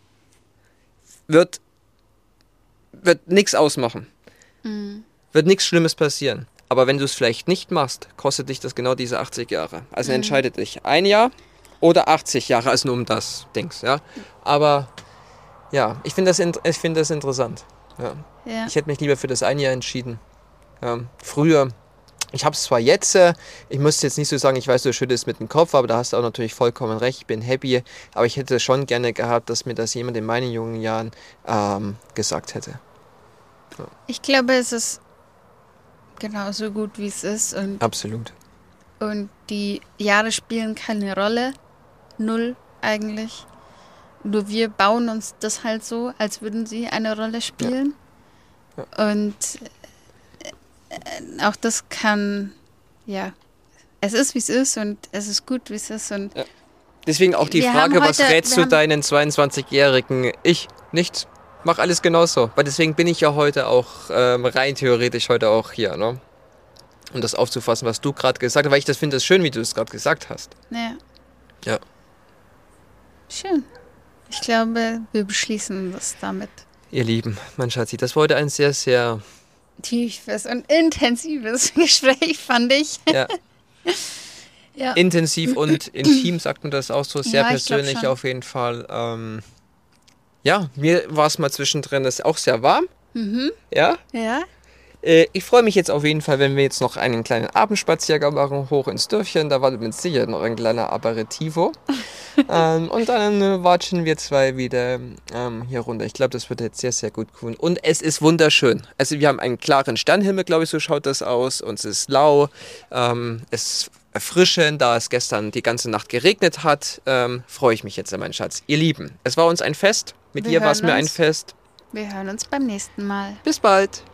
wird nichts ausmachen. Wird nichts Schlimmes passieren. Aber wenn du es vielleicht nicht machst, kostet dich das genau diese 80 Jahre. Also entscheide dich, ein Jahr oder 80 Jahre, also nur um das Dings, ja. Aber ja, ich finde das interessant. Ja. Ja. Ich hätte mich lieber für das ein Jahr entschieden. Früher, ich habe es zwar jetzt, ich muss jetzt nicht so sagen, ich weiß, du schüttelst mit dem Kopf, aber da hast du auch natürlich vollkommen recht, ich bin happy, aber ich hätte schon gerne gehabt, dass mir das jemand in meinen jungen Jahren gesagt hätte. Ja. Ich glaube, es ist genauso gut, wie es ist. Und Absolut. Und die Jahre spielen keine Rolle. 0 eigentlich. Nur wir bauen uns das halt so, als würden sie eine Rolle spielen. Ja. Ja. Und auch das kann, es ist, wie es ist und es ist gut, wie es ist. Und deswegen auch die Frage, was rätst du deinen 22-jährigen Ich? Nichts. Mach alles genauso. Weil deswegen bin ich ja heute auch rein theoretisch heute auch hier, ne? Um das aufzufassen, was du gerade gesagt hast. Weil ich finde das schön, wie du es gerade gesagt hast. Ja. Schön. Ich glaube, wir beschließen das damit. Ihr Lieben, mein Schatzi, das war heute ein sehr, sehr tiefes und intensives Gespräch, fand ich. Ja. Ja. Intensiv und intim, sagt man das auch so, sehr persönlich auf jeden Fall. Mir war es mal zwischendrin, ist auch sehr warm. Ja. Ich freue mich jetzt auf jeden Fall, wenn wir jetzt noch einen kleinen Abendspaziergang machen, hoch ins Dörfchen. Da wartet mit Sicherheit noch ein kleiner Aperitivo. Und dann watschen wir zwei wieder hier runter. Ich glaube, das wird jetzt sehr, sehr gut tun. Und es ist wunderschön. Also wir haben einen klaren Sternhimmel, glaube ich, so schaut das aus. Und es ist lau. Es ist erfrischend, da es gestern die ganze Nacht geregnet hat. Freue ich mich jetzt, mein Schatz. Ihr Lieben, es war uns ein Fest. Mit dir war es mir ein Fest. Wir hören uns beim nächsten Mal. Bis bald.